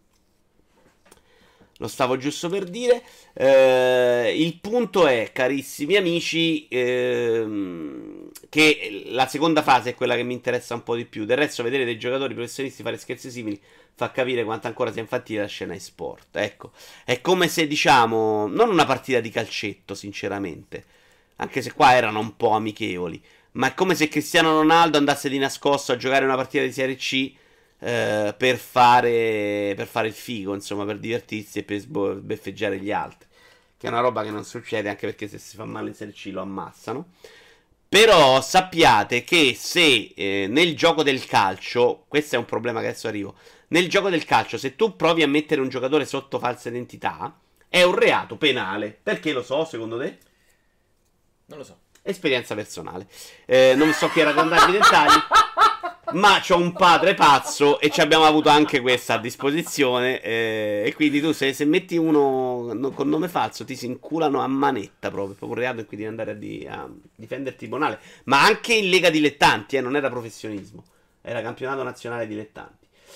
Lo stavo giusto per dire. Il punto è, carissimi amici, che la seconda fase è quella che mi interessa un po' di più. Del resto, vedere dei giocatori professionisti fare scherzi simili fa capire quanto ancora sia infantile la scena e-sport. Ecco, è come se, diciamo, non una partita di calcetto, sinceramente, anche se qua erano un po' amichevoli, ma è come se Cristiano Ronaldo andasse di nascosto a giocare una partita di Serie C per fare il figo, insomma, per divertirsi e per beffeggiare gli altri, che è una roba che non succede, anche perché se si fa male in Serie C lo ammassano. Però sappiate che se nel gioco del calcio, questo è un problema che adesso arrivo, nel gioco del calcio se tu provi a mettere un giocatore sotto falsa identità è un reato penale. Perché lo so, secondo te? Non lo so. Esperienza personale. Non so chi raccontarvi i dettagli, ma c'ho un padre pazzo e ci abbiamo avuto anche questa a disposizione. E quindi tu se metti uno con nome falso ti si inculano a manetta proprio un reato in cui devi andare a difendere il tribunale. Ma anche in Lega Dilettanti, non era professionismo, era campionato nazionale dilettanti.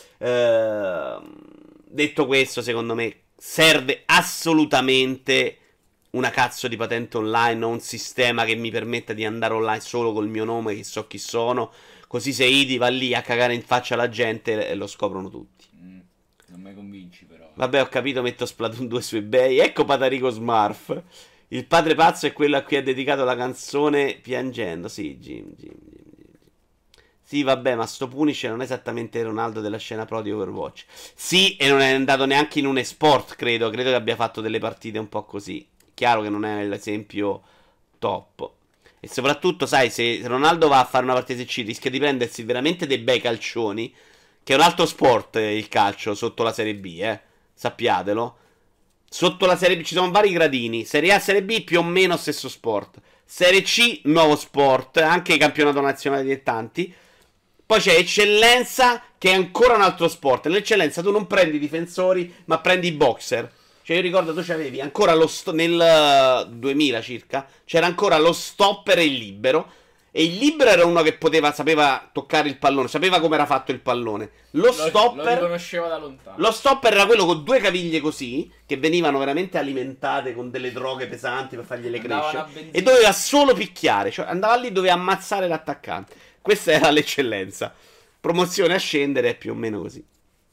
Detto questo, secondo me serve assolutamente una cazzo di patente online o un sistema che mi permetta di andare online solo col mio nome, che so chi sono. Così se Idi va lì a cagare in faccia alla gente lo scoprono tutti. Non mi convinci però. Vabbè, ho capito, metto Splatoon 2 su eBay. Ecco Patarico Smurf. Il padre pazzo è quello a cui ha dedicato la canzone piangendo. Sì, Jim. Sì, vabbè, ma sto Punisher non è esattamente Ronaldo della scena pro di Overwatch. Sì, e non è andato neanche in un esport, credo. Credo che abbia fatto delle partite un po' così. Chiaro che non è l'esempio top. E soprattutto, sai, se Ronaldo va a fare una partita C, rischia di prendersi veramente dei bei calcioni. Che è un altro sport, il calcio, sotto la Serie B, sappiatelo. Sotto la Serie B ci sono vari gradini. Serie A, Serie B più o meno stesso sport. Serie C, nuovo sport, anche campionato nazionale dilettanti. Poi c'è eccellenza, che è ancora un altro sport. Nell'eccellenza tu non prendi i difensori, ma prendi i boxer. Cioè io ricordo tu c'avevi ancora nel 2000 circa, c'era ancora lo stopper e il libero. E il libero era uno che sapeva toccare il pallone, sapeva come era fatto il pallone. Lo stopper lo riconosceva da lontano. Lo stopper era quello con due caviglie così, che venivano veramente alimentate con delle droghe pesanti per fargliele crescere. E doveva solo picchiare, cioè andava lì, doveva ammazzare l'attaccante. Questa era l'eccellenza. Promozione a scendere è più o meno così.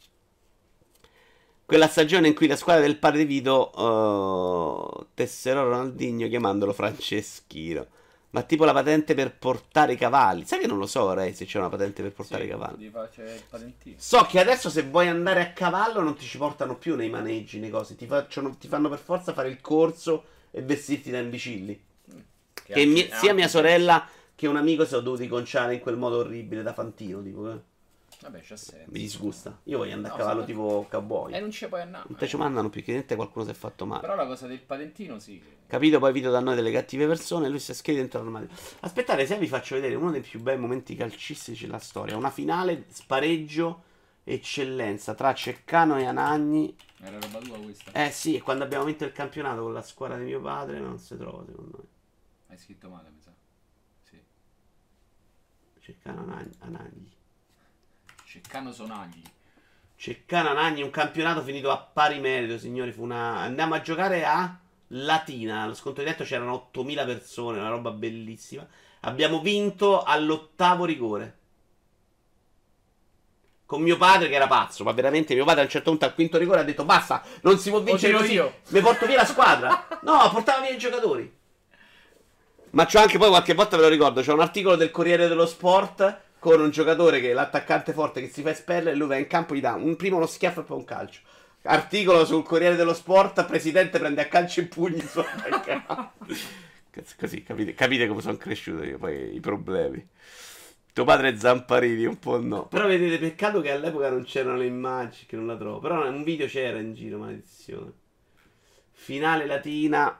Quella stagione in cui la squadra del padre Vito tesserò Ronaldinho chiamandolo Franceschino. Ma tipo la patente per portare i cavalli. Sai che non lo so, Ray, se c'è una patente per portare i cavalli. C'è il patentino. So che adesso se vuoi andare a cavallo non ti ci portano più nei maneggi, nei cosi. Ti fanno per forza fare il corso e vestirti da imbecilli. Sia mia sorella che un amico si sono dovuti conciare in quel modo orribile da fantino, tipo. Vabbè, c'ha senso. Mi disgusta. Io voglio andare a cavallo tipo cowboy. E non ci puoi andare. Non te ci mandano più, che niente qualcuno si è fatto male. Però la cosa del patentino sì. Capito, poi video da noi delle cattive persone. Lui si è scheda dentro l'armadio. Aspettate, se vi faccio vedere uno dei più bei momenti calcistici della storia. Una finale, spareggio, eccellenza tra Ceccano e Anagni. Era roba tua questa? Eh sì, è quando abbiamo vinto il campionato con la squadra di mio padre, ma non si trova secondo me. Hai scritto male, mi sa. Sì. Ceccano Anagni. Ceccano Sonagli. Ceccano Anagni, un campionato finito a pari merito, signori. Andiamo a giocare a Latina. Allo sconto diretto c'erano 8000 persone, una roba bellissima. Abbiamo vinto all'8º rigore. Con mio padre che era pazzo, ma veramente mio padre a un certo punto al 5º rigore ha detto basta, non si può vincere così. Mi porto via la squadra. No, portava via i giocatori. Ma c'ho anche poi qualche volta, ve lo ricordo, c'è un articolo del Corriere dello Sport con un giocatore che è l'attaccante forte che si fa espellere e lui va in campo e gli dà prima uno schiaffo e poi un calcio. Articolo sul Corriere dello Sport, presidente prende a calcio in pugni il suo attaccante. Così, capite come sono cresciuto io, poi i problemi. Tuo padre è Zamparini, un po' no. Però vedete, peccato che all'epoca non c'erano le immagini, che non la trovo. Però un video c'era in giro, maledizione. Finale latina.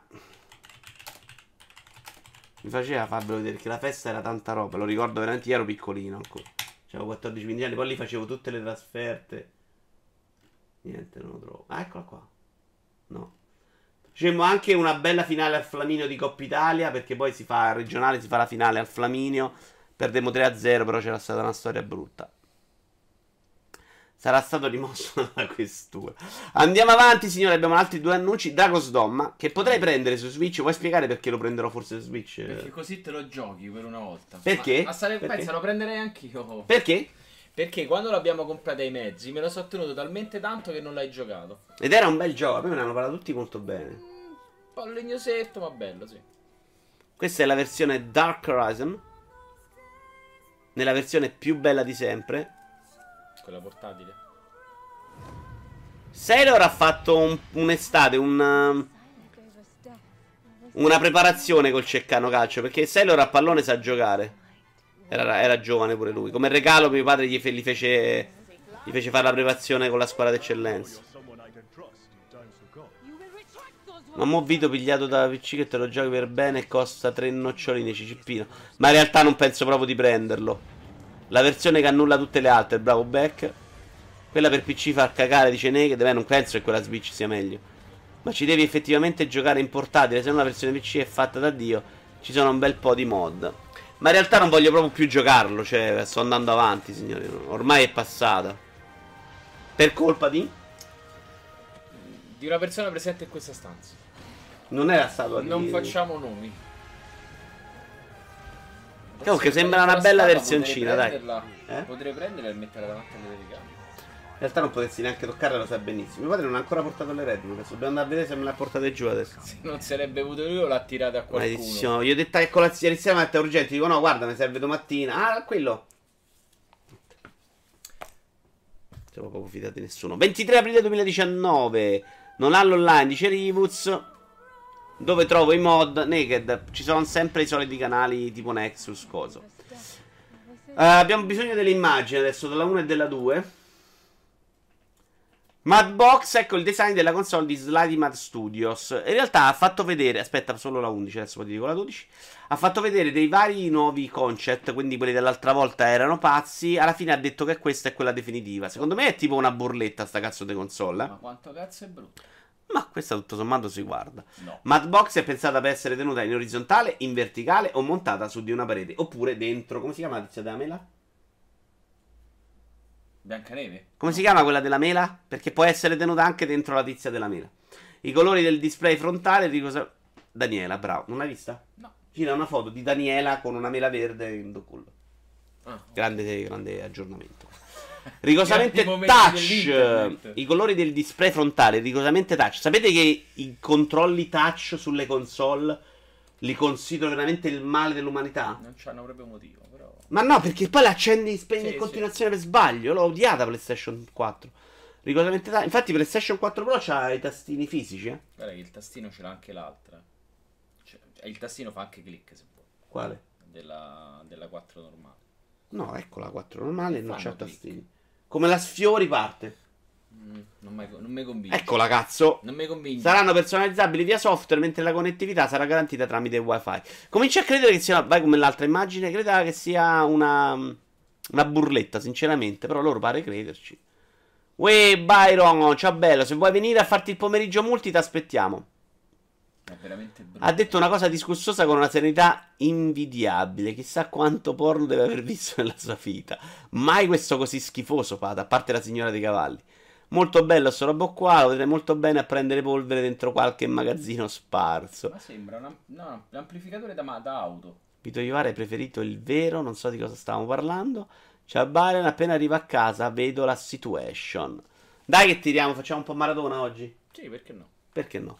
Mi faceva farvelo vedere che la festa era tanta roba. Lo ricordo veramente, io ero piccolino ancora. Avevo 14-15 anni, poi lì facevo tutte le trasferte. Niente, non lo trovo. Ah, eccola qua. No. Facemmo anche una bella finale al Flaminio di Coppa Italia, perché poi si fa regionale, si fa la finale al Flaminio. Perdemmo 3-0, però c'era stata una storia brutta. Sarà stato rimosso dalla questura. Andiamo avanti, signori. Abbiamo altri due annunci. Dragos Dogma, che potrei prendere su Switch. Vuoi spiegare perché lo prenderò forse su Switch? Perché così te lo giochi per una volta. Perché? Pensa, lo prenderei anch'io. Perché? Perché quando l'abbiamo comprato ai mezzi me lo so tenuto talmente tanto che non l'hai giocato. Ed era un bel gioco. A me me ne hanno parlato tutti molto bene. Un po' legnosetto, ma bello, sì. Questa è la versione Dark Horizon. Nella versione più bella di sempre. Quella portatile. Sailor ha fatto un'estate, una preparazione col Ceccano Calcio, perché Sailor a pallone sa giocare. Era giovane pure lui. Come regalo mio padre gli fece fare la preparazione con la squadra d'eccellenza. Ma mo' Vito pigliato da PC che te lo giochi per bene e costa 3 nocciolini cicippino. Ma in realtà non penso proprio di prenderlo. La versione che annulla tutte le altre, bravo Beck. Quella per PC fa cagare, dice Naked. Beh, non penso che quella Switch sia meglio. Ma ci devi effettivamente giocare in portatile. Se no la versione PC è fatta da Dio. Ci sono un bel po' di mod. Ma in realtà non voglio proprio più giocarlo. Cioè, sto andando avanti, signori. Ormai è passata. Per colpa di una persona presente in questa stanza. Non era stato Non facciamo nomi. Comunque sembra una bella versioncina, dai. Potrei prenderla e metterla davanti alle telecamere. In realtà non potessi neanche toccarla, lo sai benissimo. Mio padre non ha ancora portato le Red Bull. Dobbiamo andare a vedere se me l'ha portate giù adesso. Se non se l'è bevuto lui o l'ha tirata a qualcuno. Maledizione. Io ho detto che colazione iniziamo è urgente. Dico no, guarda, mi serve domattina. Ah, quello. Non siamo proprio fidati di nessuno. 23 aprile 2019. Non ha l'online, dice Rivuz. Dove trovo i mod Naked? Ci sono sempre i soliti canali tipo Nexus, coso. Abbiamo bisogno delle immagini adesso, della 1 e della 2. Madbox, ecco il design della console di Slightly Mad Studios. In realtà ha fatto vedere, aspetta, solo la 11, adesso poi ti dico la 12. Ha fatto vedere dei vari nuovi concept, quindi quelli dell'altra volta erano pazzi. Alla fine ha detto che questa è quella definitiva. Secondo me è tipo una burletta sta cazzo di console. Ma quanto cazzo è brutto. Ma questa tutto sommato si guarda. No. Madbox è pensata per essere tenuta in orizzontale, in verticale o montata su di una parete. Oppure dentro, come si chiama la tizia della mela? Biancaneve? Come si chiama quella della mela? Perché può essere tenuta anche dentro la tizia della mela. I colori del display frontale Daniela, bravo. Non l'hai vista? No. Gira una foto di Daniela con una mela verde in culo. Ah, grande aggiornamento. Rigorosamente Grandi touch. momenti I colori del display frontale rigorosamente touch. Sapete che i controlli touch sulle console li considero veramente il male dell'umanità? Non c'hanno proprio motivo, però. Ma no, perché poi la accendi e spegni Sì, in continuazione per sbaglio. L'ho odiata PlayStation 4. Rigorosamente touch. Infatti PlayStation 4 Pro c'ha i tastini fisici, Guarda che il tastino ce l'ha anche l'altra. Cioè, il tastino fa anche click se vuoi. Quale? Della 4 normale. No, ecco la 4 normale e non Fanno c'ha click. tastini. Come la sfiori parte. Non mi convince. Eccola cazzo. Non mi convince. Saranno personalizzabili via software, mentre la connettività sarà garantita tramite wifi. Cominci a credere che sia, vai come l'altra immagine, creda che sia una burletta, sinceramente, però loro pare crederci. Uè, Byron, ciao bello, se vuoi venire a farti il pomeriggio multi ti aspettiamo. È veramente brutto. Ha detto una cosa disgustosa con una serenità invidiabile. Chissà quanto porno deve aver visto nella sua vita. Mai questo così schifoso, Pata, a parte la signora dei cavalli. Molto bello sto robo qua, lo vedrete molto bene a prendere polvere dentro qualche magazzino sparso. Ma sembra un amplificatore da auto. Vito Iovara hai preferito il vero, non so di cosa stavamo parlando. Ciao Byron, appena arrivo a casa vedo la situation. Dai che tiriamo, facciamo un po' maratona oggi? Sì, perché no? Perché no?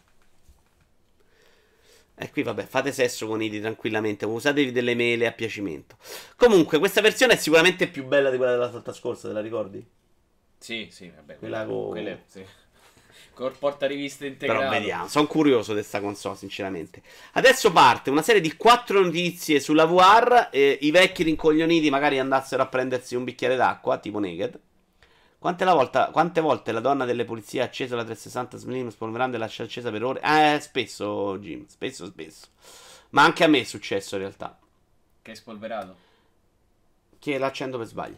E qui vabbè, fate sesso con Idi tranquillamente, usatevi delle mele a piacimento. Comunque, questa versione è sicuramente più bella di quella della volta scorsa, te la ricordi? Sì, vabbè. Quella con... Quelle, sì. Col portariviste integrato. Però vediamo, sono curioso di questa console, sinceramente. Adesso parte una serie di 4 notizie sulla VR. I vecchi rincoglioniti magari andassero a prendersi un bicchiere d'acqua, tipo Naked. Quante volte la donna delle pulizie ha acceso la 360 Slim spolverando e lascia accesa per ore? Spesso, Jim, spesso. Ma anche a me è successo in realtà. Che è spolverato? Che l'accendo per sbaglio.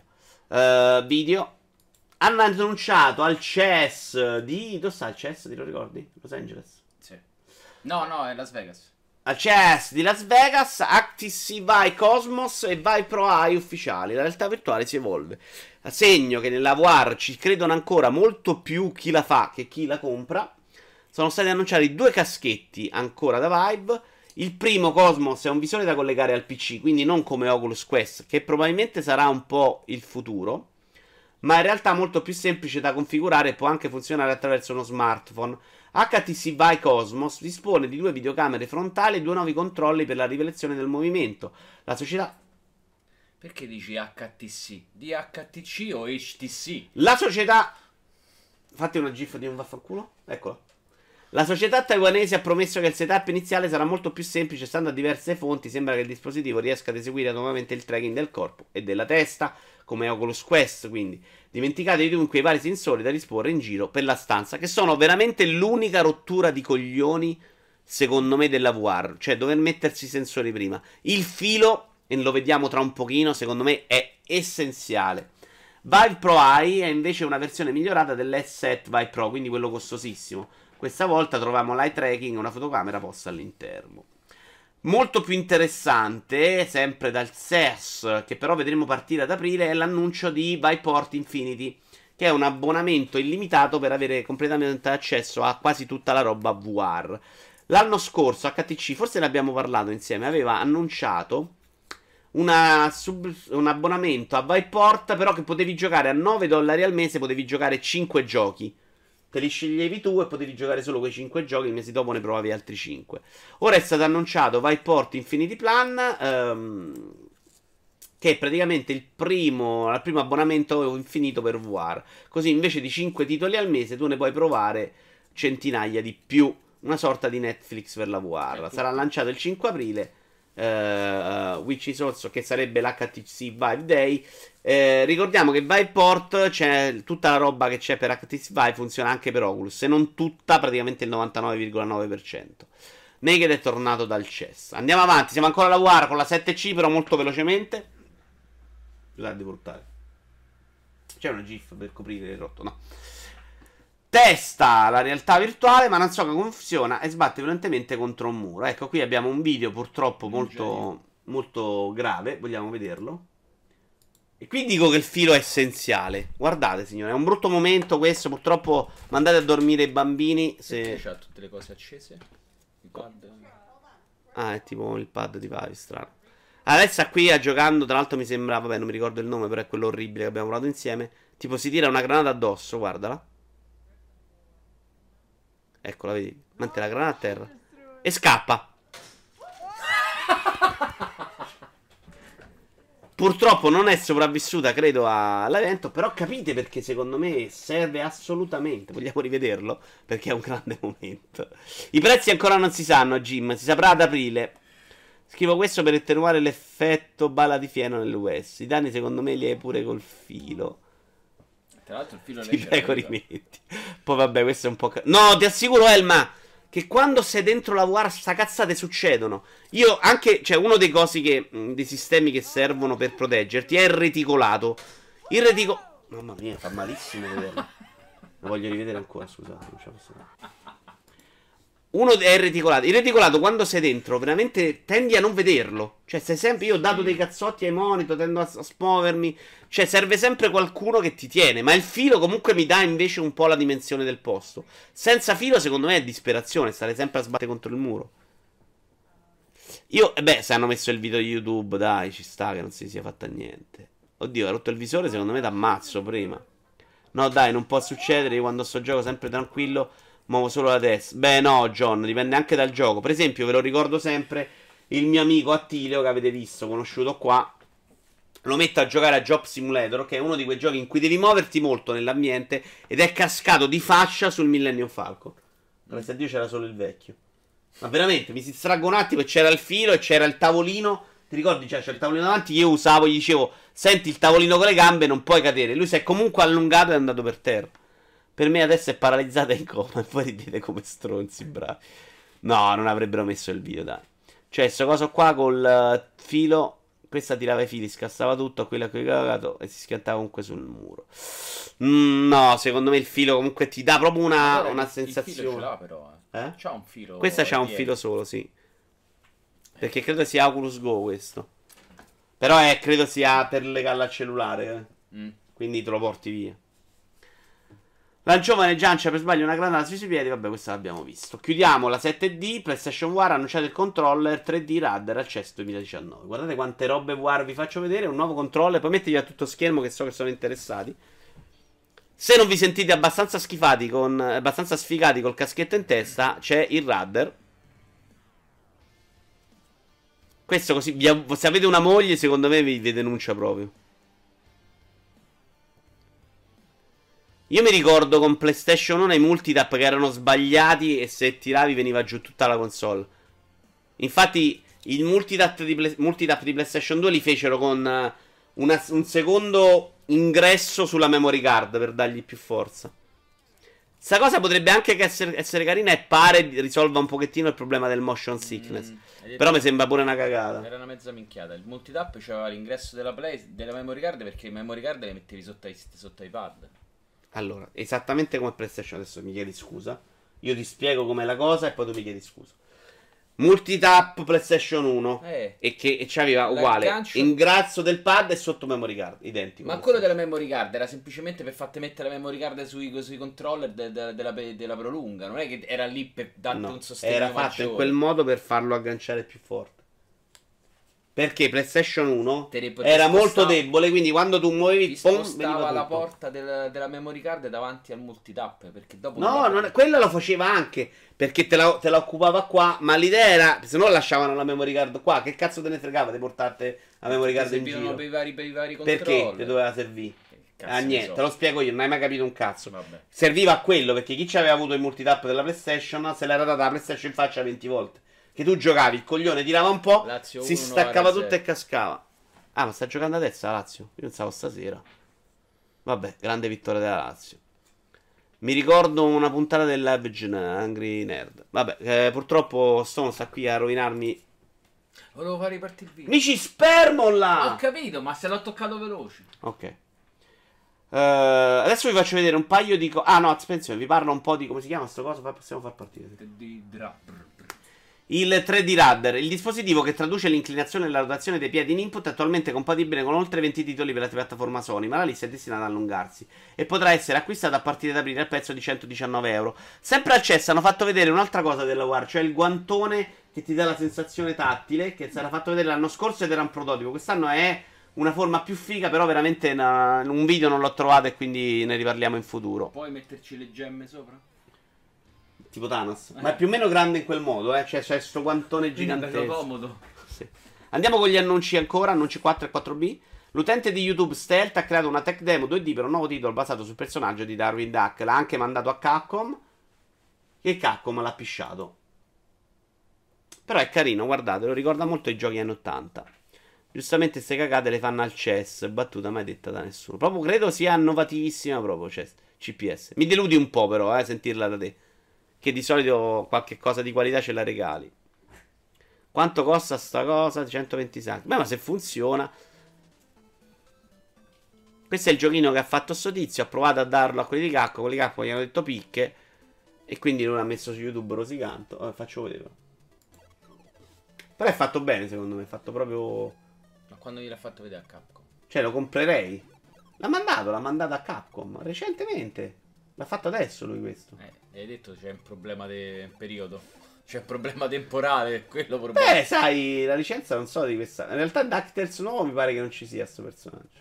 Video. Hanno annunciato al CES di... Dove sta il CES, te lo ricordi? Los Angeles? Sì. No, è Las Vegas. Al CES di Las Vegas, HTC Vive Cosmos e Vive Pro Eye ufficiali. La realtà virtuale si evolve. A segno che nella VR ci credono ancora molto più chi la fa che chi la compra. Sono stati annunciati 2 caschetti ancora da Vive. Il primo Cosmos è un visore da collegare al PC, quindi non come Oculus Quest, che probabilmente sarà un po' il futuro, ma in realtà molto più semplice da configurare e può anche funzionare attraverso uno smartphone. HTC Vive Cosmos dispone di 2 videocamere frontali e 2 nuovi controlli per la rivelazione del movimento. La società... Perché dici HTC? Di HTC o HTC? La società... Fatti una gif di un vaffanculo? Eccolo. La società taiwanese ha promesso che il setup iniziale sarà molto più semplice, stando a diverse fonti. Sembra che il dispositivo riesca ad eseguire nuovamente il tracking del corpo e della testa, come Oculus Quest, quindi dimenticatevi dunque i vari sensori da disporre in giro per la stanza, che sono veramente l'unica rottura di coglioni, secondo me, della VR, cioè dover mettersi i sensori prima. Il filo, e lo vediamo tra un pochino, secondo me è essenziale. Vive Pro Eye è invece una versione migliorata dell'headset Vive Pro, quindi quello costosissimo. Questa volta troviamo l'eye tracking e una fotocamera posta all'interno. Molto più interessante, sempre dal CES, che però vedremo partire ad aprile, è l'annuncio di Viveport Infinity, che è un abbonamento illimitato per avere completamente accesso a quasi tutta la roba VR. L'anno scorso HTC, forse ne abbiamo parlato insieme, aveva annunciato un abbonamento a Viveport, però che potevi giocare a $9 al mese, potevi giocare 5 giochi. Te li sceglievi tu e potevi giocare solo quei 5 giochi, il mese dopo ne provavi altri 5. Ora è stato annunciato Viveport Infinity Plan, che è praticamente il primo abbonamento infinito per VR. Così invece di 5 titoli al mese tu ne puoi provare centinaia di più. Una sorta di Netflix per la VR. Sarà lanciato il 5 aprile. which is also, che sarebbe l'HTC Vive Day. Ricordiamo che Viveport, c'è tutta la roba che c'è per HTC Vive, funziona anche per Oculus, se non tutta, praticamente il 99,9%. Naked è tornato dal CES. Andiamo avanti, siamo ancora a lavorare con la 7C, però molto velocemente. Scusate di portare. C'è una GIF per coprire il rotto, no? Testa la realtà virtuale, ma non so come funziona, e sbatte violentemente contro un muro. Ecco, qui abbiamo un video purtroppo molto grave. Vogliamo vederlo? E qui dico che il filo è essenziale. Guardate, signore, è un brutto momento questo. Purtroppo mandate a dormire i bambini. Se c'ha tutte le cose accese. Il pad. Ah, è tipo il pad di Vive, strano. Alessa qui a giocando, tra l'altro mi sembra, vabbè, non mi ricordo il nome, però è quello orribile che abbiamo provato insieme. Tipo si tira una granata addosso, guardala. Eccola, vedi? Mette la granata a terra e scappa. Purtroppo non è sopravvissuta, credo, all'evento. Però capite perché secondo me serve assolutamente. Vogliamo rivederlo? Perché è un grande momento. I prezzi ancora non si sanno, Jim. Si saprà ad aprile. Scrivo questo per attenuare l'effetto bala di fieno nell'US. I danni secondo me li hai pure col filo. Tra l'altro il filo Ti prego rimetti. Poi vabbè, questo è un po'... No, ti assicuro Elma che quando sei dentro la VR sta cazzate succedono. Io anche... Cioè uno dei cosi che... dei sistemi che servono per proteggerti è il reticolato. Il reticolato... Mamma mia, fa malissimo vederlo. Lo voglio rivedere ancora, scusate. Non ce la posso fare. Uno è il reticolato. Il reticolato quando sei dentro veramente tendi a non vederlo. Cioè sei sempre... Io ho dato dei cazzotti ai monitor, tendo a smuovermi. Cioè serve sempre qualcuno che ti tiene. Ma il filo comunque mi dà invece un po' la dimensione del posto. Senza filo secondo me è disperazione. Stare sempre a sbattere contro il muro. Se hanno messo il video di YouTube, dai, ci sta che non si sia fatta niente. Oddio, ha rotto il visore, secondo me d'ammazzo prima. No dai, non può succedere. Io quando sto gioco sempre tranquillo muovo solo la testa. Beh no, John, dipende anche dal gioco. Per esempio, ve lo ricordo sempre, il mio amico Attilio, che avete visto, conosciuto qua, lo metto a giocare a Job Simulator, che è uno di quei giochi in cui devi muoverti molto nell'ambiente, ed è cascato di fascia sul Millennium Falcon. Grazie a Dio c'era solo il vecchio. Ma veramente, mi si distraggo un attimo e c'era il filo e c'era il tavolino. Ti ricordi? Cioè, c'è il tavolino davanti, io usavo, gli dicevo, senti il tavolino con le gambe, non puoi cadere. Lui si è comunque allungato e è andato per terra. Per me adesso è paralizzata in coma. E voi ridete come stronzi, bravi. No, non avrebbero messo il video, dai. Cioè, sto coso qua col filo. Questa tirava i fili, scassava tutto. Quella che ho cagato e si schiantava comunque sul muro. No, secondo me il filo comunque ti dà proprio una sensazione. Il filo ce l'ha però. C'ha un filo. Questa c'ha un filo solo, sì. Perché credo sia Oculus Go questo. Però credo sia per legarlo al cellulare. Quindi te lo porti via. La giovane Giancia per sbaglio una granata sui piedi. Vabbè, questa l'abbiamo visto. Chiudiamo la 7D. PlayStation VR ha annunciato il controller 3D Radar al CES 2019. Guardate quante robe VR vi faccio vedere. Un nuovo controller. Poi mettetevi a tutto schermo, che so che sono interessati. Se non vi sentite abbastanza schifati abbastanza sfigati col caschetto in testa, c'è il Radar. Questo così, se avete una moglie, secondo me vi denuncia proprio. Io mi ricordo con PlayStation 1 i multitap che erano sbagliati e se tiravi veniva giù tutta la console. Infatti il multitap di PlayStation 2 li fecero con un secondo ingresso sulla memory card per dargli più forza. Sta cosa potrebbe anche essere carina e pare risolva un pochettino il problema del motion sickness. Però mi sembra pure una cagata. Era una mezza minchiata. Il multitap c'aveva l'ingresso della memory card, perché le memory card le mettevi sotto ai pad. Allora, esattamente come PlayStation, adesso mi chiedi scusa. Io ti spiego com'è la cosa e poi tu mi chiedi scusa. Multitap PlayStation 1 e che c'aveva uguale ingresso del pad e sotto memory card, identico. Ma quello della memory card era semplicemente per farti mettere la memory card sui controller della prolunga. Non è che era lì per darti un sostegno era maggiore. fatto in quel modo per farlo agganciare più forte. Perché PlayStation 1 era molto debole, quindi quando tu muovevi spostava la porta della memory card davanti al multitap, perché dopo quella lo faceva anche, perché te la occupava qua, ma l'idea era, se no lasciavano la memory card qua, che cazzo te ne fregava di portarti la memory card in giro? Per i vari controller. Perché te doveva servire? Niente, te lo spiego io, non hai mai capito un cazzo. Vabbè. Serviva a quello, perché chi ci aveva avuto il multitap della PlayStation se l'era data la PlayStation in faccia 20 volte. Che tu giocavi, il coglione tirava un po', Lazio si 1, staccava tutto 9-0. e cascava. Ah, ma sta giocando adesso la Lazio? Io pensavo stasera. Vabbè, grande vittoria della Lazio. Mi ricordo una puntata del Live Angry Nerd. Vabbè, purtroppo Stone sta qui a rovinarmi. Volevo far ripartire il video. Amici, spermon Ho là! capito, ma se l'ho toccato veloce. Ok. Adesso vi faccio vedere un paio di cose. Ah no, attenzione, vi parlo un po' di come si chiama sto coso. Possiamo far partire. Il 3D Radar, il dispositivo che traduce l'inclinazione e la rotazione dei piedi in input, è attualmente compatibile con oltre 20 titoli per la piattaforma Sony, ma la lista è destinata ad allungarsi e potrà essere acquistata a partire da aprile al prezzo di 119 euro. Sempre al CES hanno fatto vedere un'altra cosa della War, cioè il guantone che ti dà la sensazione tattile, che sarà fatto vedere l'anno scorso ed era un prototipo. Quest'anno è una forma più figa, però veramente un video non l'ho trovato e quindi ne riparliamo in futuro. Puoi metterci le gemme sopra? Tipo Thanos. Ma è più o meno grande in quel modo, Cioè, c'è sto guantone gigantesco. Bello comodo. Sì. Andiamo con gli annunci ancora, annunci 4 e 4B. L'utente di YouTube Stealth ha creato una tech demo 2D per un nuovo titolo basato sul personaggio di Darwin Duck. L'ha anche mandato a Capcom. E Capcom l'ha pisciato. Però è carino, guardate, lo ricorda molto i giochi anni 80. Giustamente ste cagate le fanno al CES, battuta mai detta da nessuno. Proprio credo sia innovativissima proprio CPS. Mi deludi un po' però, sentirla da te. Che di solito qualche cosa di qualità ce la regali. Quanto costa sta cosa? 120 sacchi. Beh, ma se funziona. Questo è il giochino che ha fatto sto tizio. Ha provato a darlo a quelli di Capcom. Quelli di Capcom gli hanno detto picche. E quindi lui l'ha messo su YouTube rosicando. Faccio vedere. Però è fatto bene secondo me. È fatto proprio... Ma quando gliel'ha fatto vedere a Capcom? Cioè lo comprerei. L'ha mandato a Capcom. Recentemente. L'ha fatto adesso lui questo. Hai detto c'è un problema di periodo. C'è un problema temporale, quello problema. Beh, sai, la licenza non so di questa. In realtà DuckTales nuovo mi pare che non ci sia sto personaggio.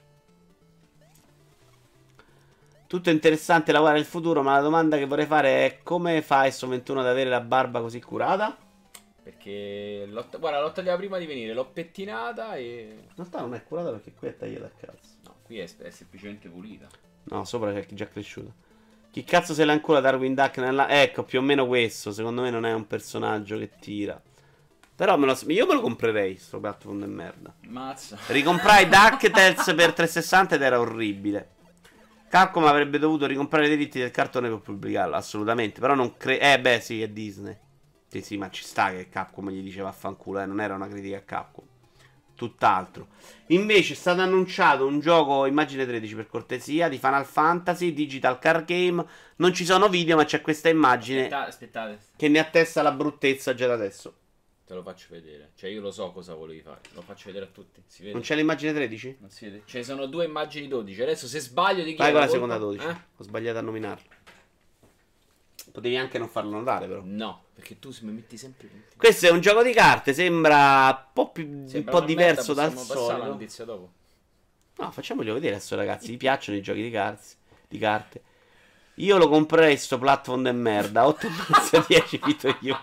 Tutto interessante lavorare nel futuro, ma la domanda che vorrei fare è: come fa S21 ad avere la barba così curata? Perché guarda, l'ho tagliata prima di venire, l'ho pettinata e... In realtà non è curata perché qui è tagliata a cazzo. No, qui è semplicemente pulita. No, sopra c'è già cresciuta. Chi cazzo se la ancora Darwin Duck nella... Ecco, più o meno questo. Secondo me non è un personaggio che tira. Però io me lo comprerei, sto platform di merda. Mazza. Ricomprai DuckTales per 360 ed era orribile. Capcom avrebbe dovuto ricomprare i diritti del cartone per pubblicarlo, assolutamente. Però non credo... beh, sì, è Disney. Sì, ma ci sta che Capcom gli diceva vaffanculo, non era una critica a Capcom. Tutt'altro. Invece è stato annunciato un gioco, immagine 13 per cortesia, di Final Fantasy Digital Card Game. Non ci sono video, ma c'è questa immagine Aspettate. che ne attesta la bruttezza già da adesso. Te lo faccio vedere. Cioè io lo so cosa volevi fare. Lo faccio vedere a tutti. Si vede? Non c'è l'immagine 13? Non si vede. Ce ne sono due immagini 12. Adesso se sbaglio di chi Vai è con la colpa? seconda 12. Ho sbagliato a nominarlo. Potevi anche non farlo notare, però. No, perché tu mi metti sempre punti. Questo è un gioco di carte, sembra un po' Sembra una diverso merda, dal possiamo passare la solito. notizia dopo. No, facciamoglielo vedere adesso, ragazzi. Vi piacciono i giochi di carte? Io lo comprerei sto platform de merda. 8,10 Vito io.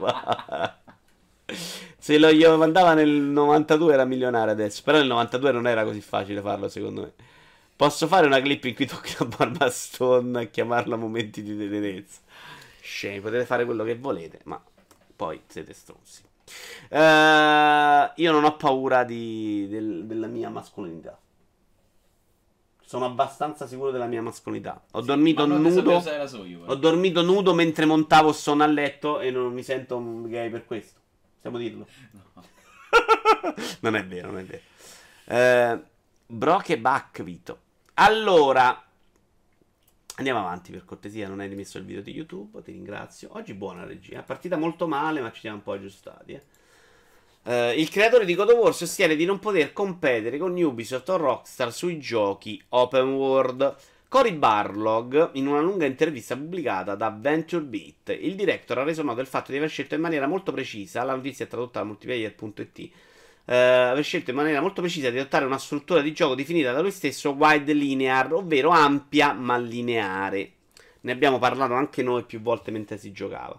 Se lo io mandava nel 92 era milionario adesso. Però nel 92 non era così facile farlo, secondo me. Posso fare una clip in cui tocca la Barbastone e chiamarla momenti di tenerezza. Scemi, potete fare quello che volete, ma poi siete stronzi. Io non ho paura della mia mascolinità. Sono abbastanza sicuro della mia mascolinità. Ho dormito nudo. Ho dormito nudo mentre montavo Stone a letto e non mi sento gay per questo. Possiamo dirlo? No. Non è vero, non è vero. Brock e Buck, Vito. Allora, andiamo avanti per cortesia. Non hai rimesso il video di YouTube, ti ringrazio. Oggi buona regia. Partita molto male, ma ci siamo un po' aggiustati. Il creatore di God of War sostiene di non poter competere con Ubisoft o Rockstar sui giochi open world. Cory Barlog, in una lunga intervista pubblicata da VentureBeat, il director ha reso noto il fatto di aver scelto in maniera molto precisa, la notizia è tradotta da multiplayer.it, aver scelto in maniera molto precisa di adottare una struttura di gioco definita da lui stesso wide linear, ovvero ampia ma lineare. Ne abbiamo parlato anche noi più volte mentre si giocava.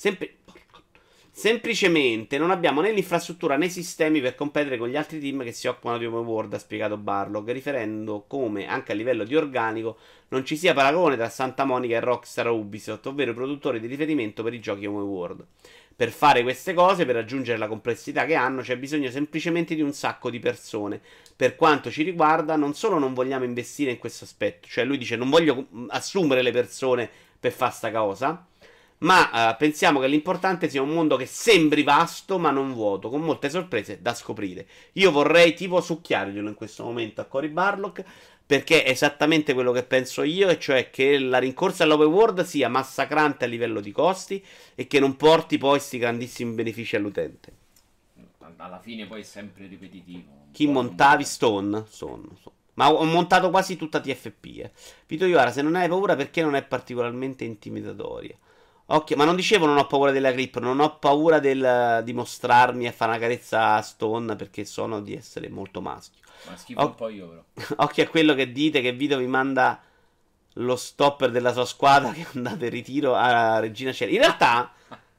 Semplicemente non abbiamo né l'infrastruttura né i sistemi per competere con gli altri team che si occupano di open world, ha spiegato Barlog, riferendo come anche a livello di organico non ci sia paragone tra Santa Monica e Rockstar o Ubisoft, ovvero i produttori di riferimento per i giochi open world. Per fare queste cose, per raggiungere la complessità che hanno, c'è bisogno semplicemente di un sacco di persone. Per quanto ci riguarda, non solo non vogliamo investire in questo aspetto, cioè lui dice non voglio assumere le persone per fare sta cosa, ma pensiamo che l'importante sia un mondo che sembri vasto ma non vuoto, con molte sorprese da scoprire. Io vorrei tipo succhiarglielo in questo momento a Cory Barlog, perché è esattamente quello che penso io, e cioè che la rincorsa all'open world sia massacrante a livello di costi e che non porti poi questi grandissimi benefici all'utente. Alla fine poi è sempre ripetitivo. Chi montavi? Stone. Ma ho montato quasi tutta TFP. Vito Iovara, se non hai paura, perché non è particolarmente intimidatoria? Ma non dicevo non ho paura della clip, non ho paura di mostrarmi e fare una carezza a Stone, perché sono di essere molto maschio. Ma schifo un po' io, però. Occhio a quello che dite, che Vito vi manda lo stopper della sua squadra che è andato in ritiro a Regina Coeli. In realtà,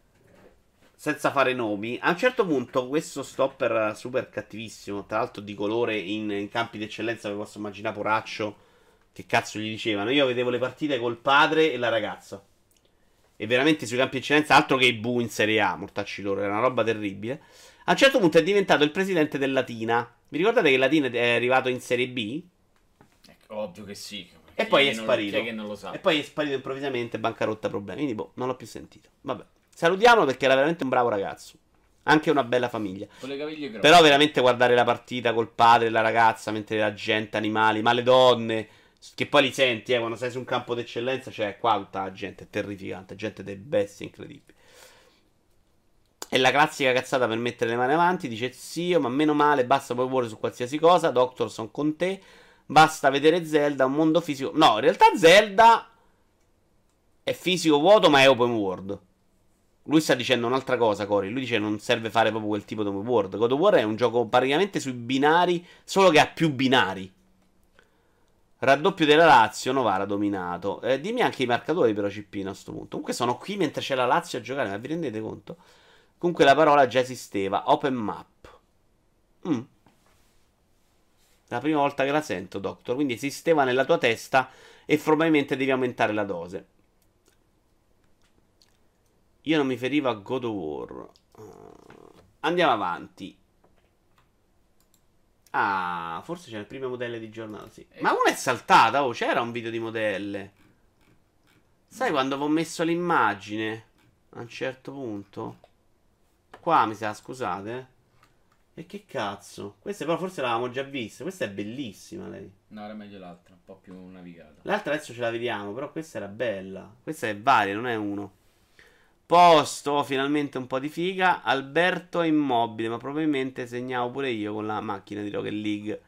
senza fare nomi, a un certo punto questo stopper super cattivissimo, tra l'altro di colore in campi d'eccellenza, vi posso immaginare poraccio, che cazzo gli dicevano. Io vedevo le partite col padre e la ragazza. E veramente sui campi d'eccellenza, altro che i Bu in Serie A, mortacci loro, era una roba terribile. A un certo punto è diventato il presidente del Latina. Vi ricordate che Latina è arrivato in Serie B? Ovvio che sì. E poi è sparito. Chi è che non lo sa? E poi è sparito improvvisamente, bancarotta, problemi. Quindi, boh, non l'ho più sentito. Vabbè. Salutiamolo perché era veramente un bravo ragazzo. Anche una bella famiglia. Con le caviglie grosse. Però veramente guardare la partita col padre e la ragazza, mentre la gente, animali, ma le donne, che poi li senti, quando sei su un campo d'eccellenza, cioè qua tutta la gente, è terrificante, gente dei bestie incredibili. È la classica cazzata per mettere le mani avanti, dice zio, ma meno male, basta poi vuole su qualsiasi cosa, Doctor sono con te, basta vedere Zelda, un mondo fisico. No, in realtà Zelda è fisico vuoto, ma è open world. Lui sta dicendo un'altra cosa, Cory. Lui dice non serve fare proprio quel tipo di open world. God of War è un gioco praticamente sui binari, solo che ha più binari. Raddoppio della Lazio, Novara dominato. Dimmi anche i marcatori però, Cippino, a sto punto. Comunque sono qui mentre c'è la Lazio a giocare, ma vi rendete conto? Comunque la parola già esisteva. Open map. La prima volta che la sento, Doctor. Quindi esisteva nella tua testa e probabilmente devi aumentare la dose. Io non mi ferivo a God of War. Andiamo avanti. Ah, forse c'è le prime modelle di giornata, sì. Ma una è saltata, oh, c'era un video di modelle. Sai quando avevo messo l'immagine? A un certo punto. Qua mi sa, scusate. E che cazzo? Questa però forse l'avevamo già vista. Questa è bellissima, lei. No, era meglio l'altra, un po' più navigata. L'altra adesso ce la vediamo, però questa era bella. Questa è varia, non è uno. Posto, finalmente un po' di figa. Alberto è immobile, ma probabilmente segnavo pure io con la macchina di Rocket League.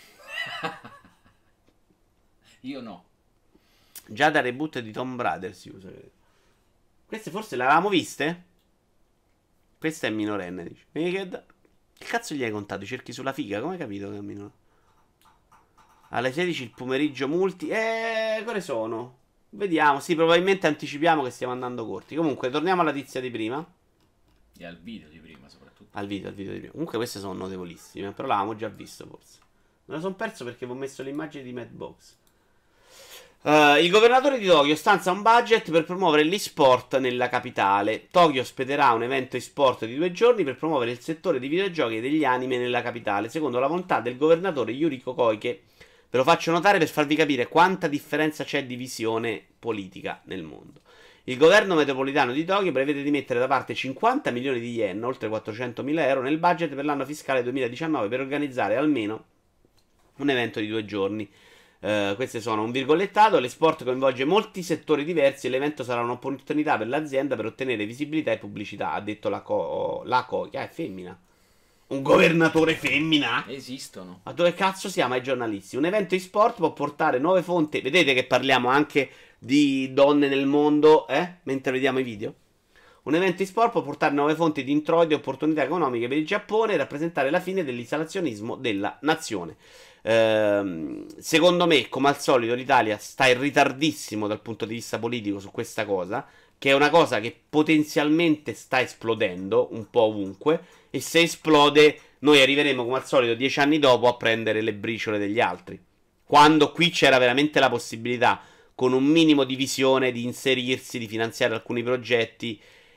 Io no. Già da reboot di Tomb Raider si usa. Queste forse le avevamo viste? Questa è minorenne, dice. Naked. Che cazzo gli hai contato? I cerchi sulla figa? Come hai capito che è minorenne? Alle 16 il pomeriggio multi. Quali sono? Vediamo, sì, probabilmente anticipiamo che stiamo andando corti. Comunque, torniamo alla tizia di prima. E al video di prima, soprattutto. Al video di prima. Comunque queste sono notevolissime, però l'avevamo già visto forse. Me lo sono perso perché avevo messo l'immagine di Madbox. Il governatore di Tokyo stanzia un budget per promuovere l'e-sport nella capitale. Tokyo ospiterà un evento e-sport di 2 giorni per promuovere il settore dei videogiochi e degli anime nella capitale, secondo la volontà del governatore Yuriko Koike. Ve lo faccio notare per farvi capire quanta differenza c'è di visione politica nel mondo. Il governo metropolitano di Tokyo prevede di mettere da parte 50 milioni di yen, oltre 400.000 euro, nel budget per l'anno fiscale 2019 per organizzare almeno un evento di 2 giorni. Queste sono un virgolettato. L'esport coinvolge molti settori diversi e l'evento sarà un'opportunità per l'azienda per ottenere visibilità e pubblicità, ha detto la Koike. È femmina. Un governatore femmina? Esistono. Ma dove cazzo siamo ai giornalisti? Un evento e-sport può portare nuove fonti. Vedete che parliamo anche di donne nel mondo, mentre vediamo i video? Un evento e-sport può portare nuove fonti di introiti e opportunità economiche per il Giappone e rappresentare la fine dell'isolazionismo della nazione. Secondo me, come al solito, l'Italia sta in ritardissimo dal punto di vista politico su questa cosa, che è una cosa che potenzialmente sta esplodendo un po' ovunque, e se esplode noi arriveremo come al solito 10 anni dopo a prendere le briciole degli altri, quando qui c'era veramente la possibilità, con un minimo di visione, di inserirsi, di finanziare alcuni progetti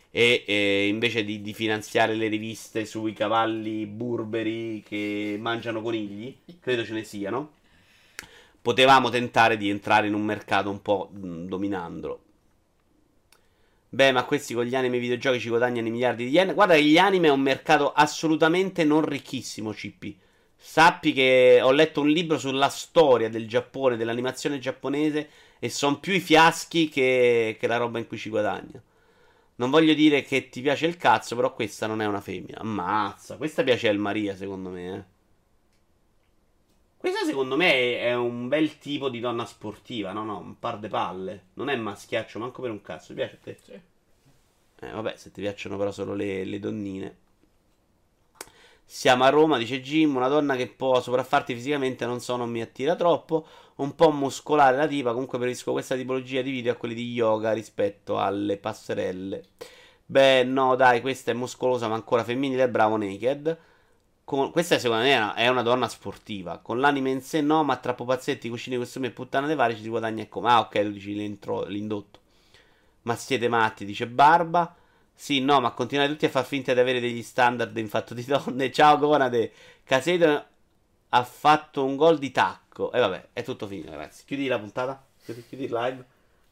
e invece di finanziare le riviste sui cavalli burberi che mangiano conigli, credo ce ne siano, potevamo tentare di entrare in un mercato un po' dominandolo. Beh, ma questi con gli anime e i videogiochi ci guadagnano miliardi di yen. Guarda che gli anime è un mercato assolutamente non ricchissimo, Cippi. Sappi che ho letto un libro sulla storia del Giappone, dell'animazione giapponese, e sono più i fiaschi che la roba in cui ci guadagna. Non voglio dire che ti piace il cazzo, però questa non è una femmina. Ammazza, questa piace a El Maria, secondo me, eh. Questa secondo me è un bel tipo di donna sportiva, no? No, un par de palle. Non è maschiaccio manco per un cazzo. Ti piace a te? Sì. Vabbè, se ti piacciono però solo le donnine. Siamo a Roma, dice Jim, una donna che può sopraffarti fisicamente non so, non mi attira troppo. Un po' muscolare la tipa, comunque preferisco questa tipologia di video a quelli di yoga rispetto alle passerelle. Beh, no, dai, questa è muscolosa ma ancora femminile, bravo naked. Questa secondo me è una donna sportiva. Con l'anime in sé no, ma tra pupazzetti, cucine, costumi e puttanate varie ci si guadagna e come. Ah, ok, tu dici l'indotto. Ma siete matti, dice Barba. Sì, no, ma continuate tutti a far finta di avere degli standard in fatto di donne. Ciao, Conade. Caseto ha fatto un gol di tacco. E vabbè, è tutto finito, ragazzi. Chiudi la puntata. Chiudi il live.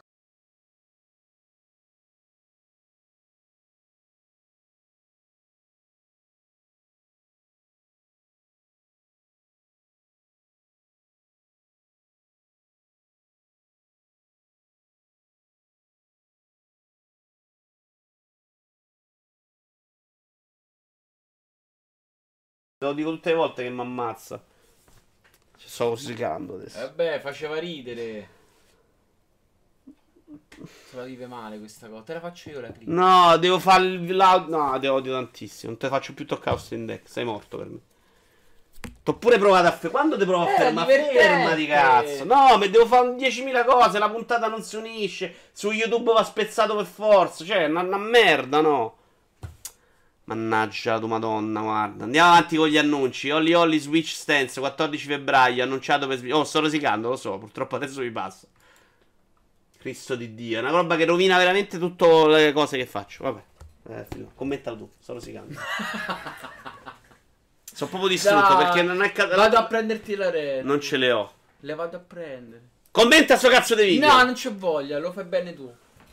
Te lo dico tutte le volte che mi ammazza. Ci sto rosicando adesso. Vabbè, faceva ridere. Se la vive male questa cosa. Te la faccio io la clip. No, devo fare no, te odio tantissimo. Non te faccio più toccare Austin Deck. Sei morto per me. T'ho pure provato a quando ti provo a fermare? Fermati, cazzo. No, ma devo fare 10.000 cose. La puntata non si unisce. Su YouTube va spezzato per forza. Cioè, una merda, no? Mannaggia la tua madonna, guarda. Andiamo avanti con gli annunci. Holly Holly Switch Stance 14 febbraio. Annunciato per Oh, sto rosicando, lo so. Purtroppo adesso mi passa. Cristo di Dio. È una roba che rovina veramente tutte le cose che faccio. Vabbè. Commentalo tu. Sto rosicando. Sono proprio distrutto perché non è Vado a prenderti la rete. Non ce le ho. Le vado a prendere. Commenta sto cazzo di video. No, non c'ho voglia. Lo fai bene tu.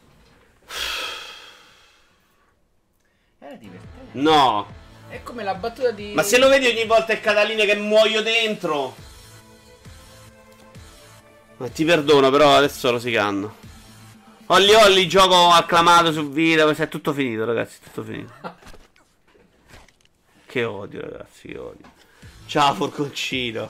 Era divertente. No. È come la battuta di... Ma se lo vedi ogni volta è Catalina che muoio dentro. Ma ti perdono, però adesso sto rosicando. Holly Holly, gioco acclamato su video. È tutto finito, ragazzi. Tutto finito. Che odio, ragazzi. Che odio. Ciao, Forconcino.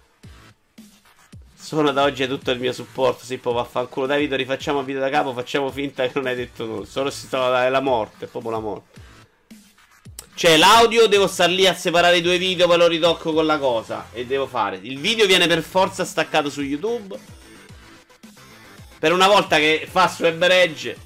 Sono da oggi è tutto il mio supporto. Sippo, vaffanculo. Davide, rifacciamo il video da capo. Facciamo finta che non hai detto nulla. Solo si stava è la morte. È proprio la morte. Cioè, l'audio devo star lì a separare i due video, poi lo ritocco con la cosa. E devo fare. Il video viene per forza staccato su YouTube. Per una volta che fa su Edge.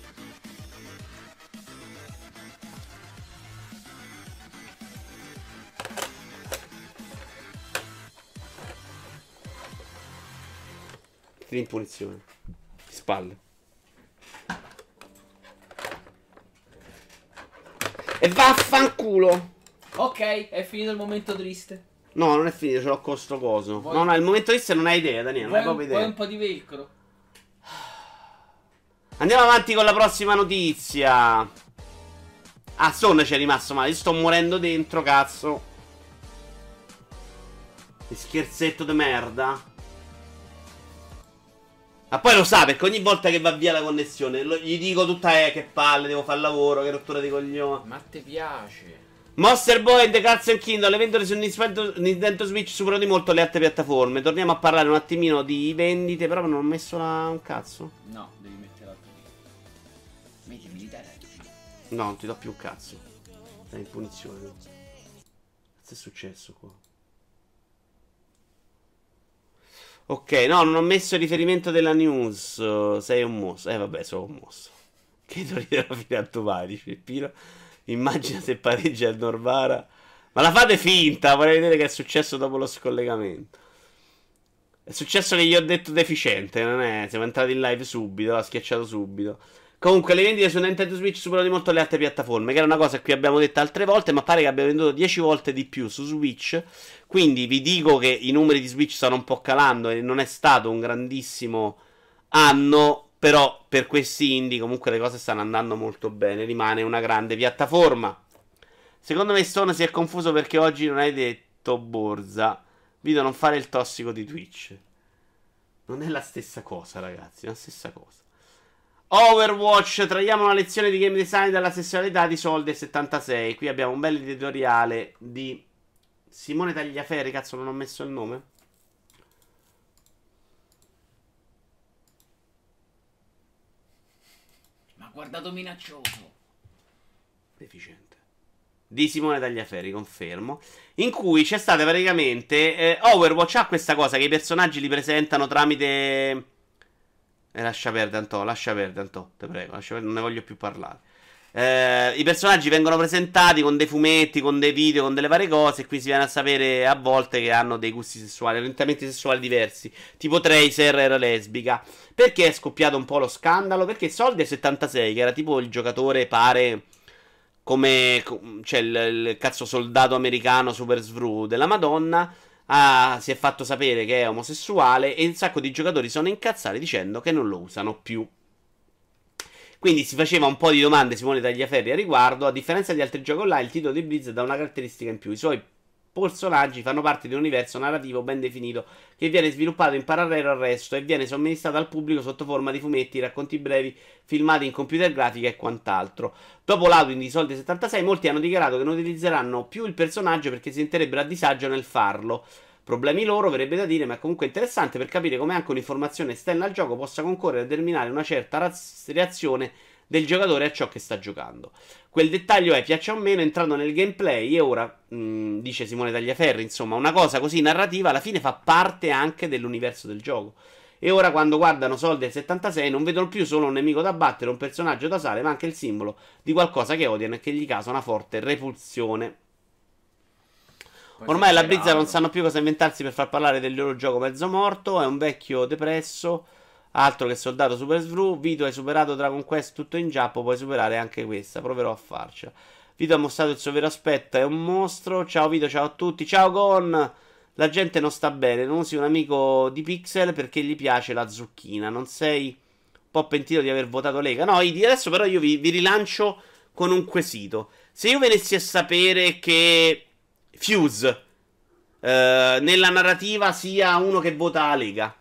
In punizione. Di spalle. E vaffanculo. Ok, è finito il momento triste. No, non è finito, ce l'ho con sto coso. No, il momento triste non hai idea, Daniele. Non hai proprio idea. Vuoi un po' di velcro? Andiamo avanti con la prossima notizia. Ah, Stone c'è rimasto male. Io sto morendo dentro, cazzo. Che scherzetto di merda. Ma poi lo sa, perché ogni volta che va via la connessione gli dico tutta che palle, devo fare il lavoro, che rottura di coglione. Ma te piace? Monster Boy e The Cards Kingdom, le vendite su Nintendo Switch superano di molto le altre piattaforme. Torniamo a parlare un attimino di vendite, però non ho messo un cazzo. No, devi mettere l'altro lì. Metti militare. No, non ti do più un cazzo. Sei in punizione. Cosa è successo qua? Ok, no, non ho messo il riferimento della news. Sei un mostro. Vabbè, sono un mostro. Che riderò fino a domani, dice Pino. Immagina se pareggia il Norvara. Ma la fate finta, vorrei vedere che è successo dopo lo scollegamento. È successo che gli ho detto deficiente, non è? Siamo entrati in live subito, l'ha schiacciato subito. Comunque le vendite su Nintendo Switch superano di molto le altre piattaforme, che era una cosa che qui abbiamo detto altre volte, ma pare che abbia venduto 10 volte di più su Switch. Quindi vi dico che i numeri di Switch stanno un po' calando e non è stato un grandissimo anno, però per questi indie comunque le cose stanno andando molto bene, rimane una grande piattaforma. Secondo me Stone si è confuso perché oggi non hai detto Borza. Vito non fare il tossico di Twitch. Non è la stessa cosa, ragazzi, è la stessa cosa. Overwatch, traiamo una lezione di game design dalla sessualità di Solde 76. Qui abbiamo un bel editoriale di Simone Tagliaferri, cazzo non ho messo il nome. Ma guardato minaccioso. Deficiente. Di Simone Tagliaferri, confermo. In cui c'è stata praticamente Overwatch ha questa cosa che i personaggi li presentano tramite... lascia perdere, Antò, te prego, non ne voglio più parlare. I personaggi vengono presentati con dei fumetti, con dei video, con delle varie cose. E qui si viene a sapere a volte che hanno dei gusti sessuali, orientamenti sessuali diversi. Tipo Tracer era lesbica. Perché è scoppiato un po' lo scandalo? Perché Soldier 76, che era tipo il giocatore, pare come cioè il cazzo soldato americano super svru della Madonna. Si è fatto sapere che è omosessuale e un sacco di giocatori sono incazzati dicendo che non lo usano più. Quindi si faceva un po' di domande Simone Tagliaferri a riguardo. A differenza di altri giochi online, il titolo di Blizzard ha una caratteristica in più: i suoi personaggi fanno parte di un universo narrativo ben definito che viene sviluppato in parallelo al resto e viene somministrato al pubblico sotto forma di fumetti, racconti brevi, filmati in computer grafica e quant'altro. Dopo l'outing di Soldi 76, molti hanno dichiarato che non utilizzeranno più il personaggio perché si sentirebbero a disagio nel farlo. Problemi loro, verrebbe da dire, ma è comunque interessante per capire come anche un'informazione esterna al gioco possa concorrere a determinare una certa reazione del giocatore a ciò che sta giocando. Quel dettaglio è, piaccia o meno, entrando nel gameplay e ora, dice Simone Tagliaferri, insomma, una cosa così narrativa alla fine fa parte anche dell'universo del gioco. E ora quando guardano Soldi del 76 non vedono più solo un nemico da battere, un personaggio da usare, ma anche il simbolo di qualcosa che odiano e che gli causa una forte repulsione. Ormai la Blizzard non sanno più cosa inventarsi per far parlare del loro gioco mezzo morto. È un vecchio depresso. Altro che soldato super svru. Vito, hai superato Dragon Quest tutto in giappo. Puoi superare anche questa. Proverò a farcela. Vito ha mostrato il suo vero aspetto. È un mostro. Ciao Vito, ciao a tutti. Ciao Gon. La gente non sta bene. Non usi un amico di Pixel perché gli piace la zucchina. Non sei un po' pentito di aver votato Lega? No, Idi, adesso però io vi rilancio con un quesito. Se io venissi a sapere che Fuse nella narrativa sia uno che vota la Lega,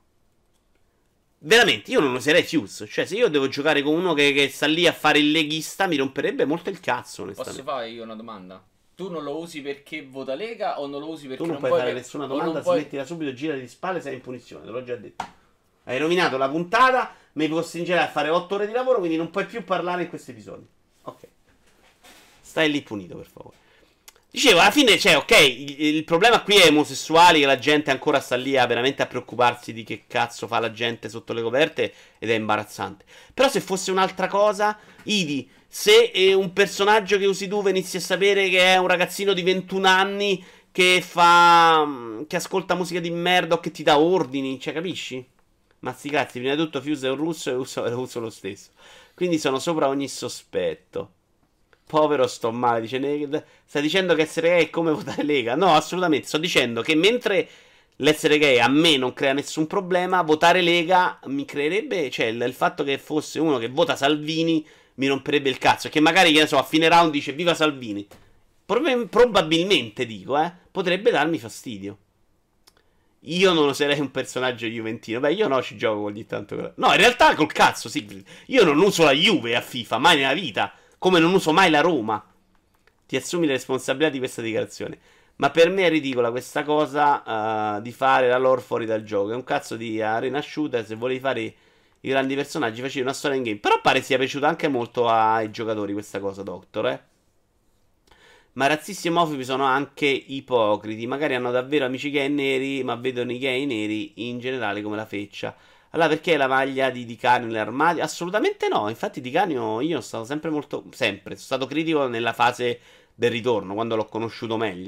veramente io non userei Fuse. Cioè, se io devo giocare con uno che sta lì a fare il leghista, mi romperebbe molto il cazzo, onestamente. Posso fare io una domanda? Tu non lo usi perché vota Lega o non lo usi perché tu non puoi fare nessuna domanda, smettila subito, gira di spalle, sei in punizione, te l'ho già detto. Hai rovinato la puntata, mi costringerai a fare 8 ore di lavoro, quindi non puoi più parlare in questi episodi. Ok. Stai lì punito, per favore. Dicevo, alla fine, cioè, ok, il problema qui è omosessuali, che la gente ancora sta lì veramente a preoccuparsi di che cazzo fa la gente sotto le coperte, ed è imbarazzante. Però se fosse un'altra cosa, Idi, se un personaggio che usi tu venissi a sapere che è un ragazzino di 21 anni che che ascolta musica di merda o che ti dà ordini, cioè, capisci? Ma sti cazzi, prima di tutto Fuse è un russo e uso lo stesso. Quindi sono sopra ogni sospetto. Povero sto male, dice Naked. Stai dicendo che essere gay è come votare Lega? No, assolutamente. Sto dicendo che mentre l'essere gay a me non crea nessun problema, votare Lega mi creerebbe... Cioè, il fatto che fosse uno che vota Salvini mi romperebbe il cazzo. E che magari, che ne so, a fine round dice viva Salvini. Probabilmente, dico, potrebbe darmi fastidio. Io non userei un personaggio juventino. Beh, io no, ci gioco ogni tanto. No, in realtà col cazzo, sì. Io non uso la Juve a FIFA, mai nella vita. Come non uso mai la Roma. Ti assumi le responsabilità di questa dichiarazione. Ma per me è ridicola questa cosa di fare la lore fuori dal gioco. È un cazzo di arena shooter. Se volevi fare i grandi personaggi facevi una storia in game. Però pare sia piaciuta anche molto ai giocatori questa cosa, Doctor, Ma razzisti e omofobi sono anche ipocriti. Magari hanno davvero amici gay neri, ma vedono i gay neri in generale come la feccia. Allora, perché la maglia di Di Canio nell'armadio? Assolutamente no. Infatti, Di Canio io sono stato sempre molto. Sempre. Sono stato critico nella fase del ritorno, quando l'ho conosciuto meglio.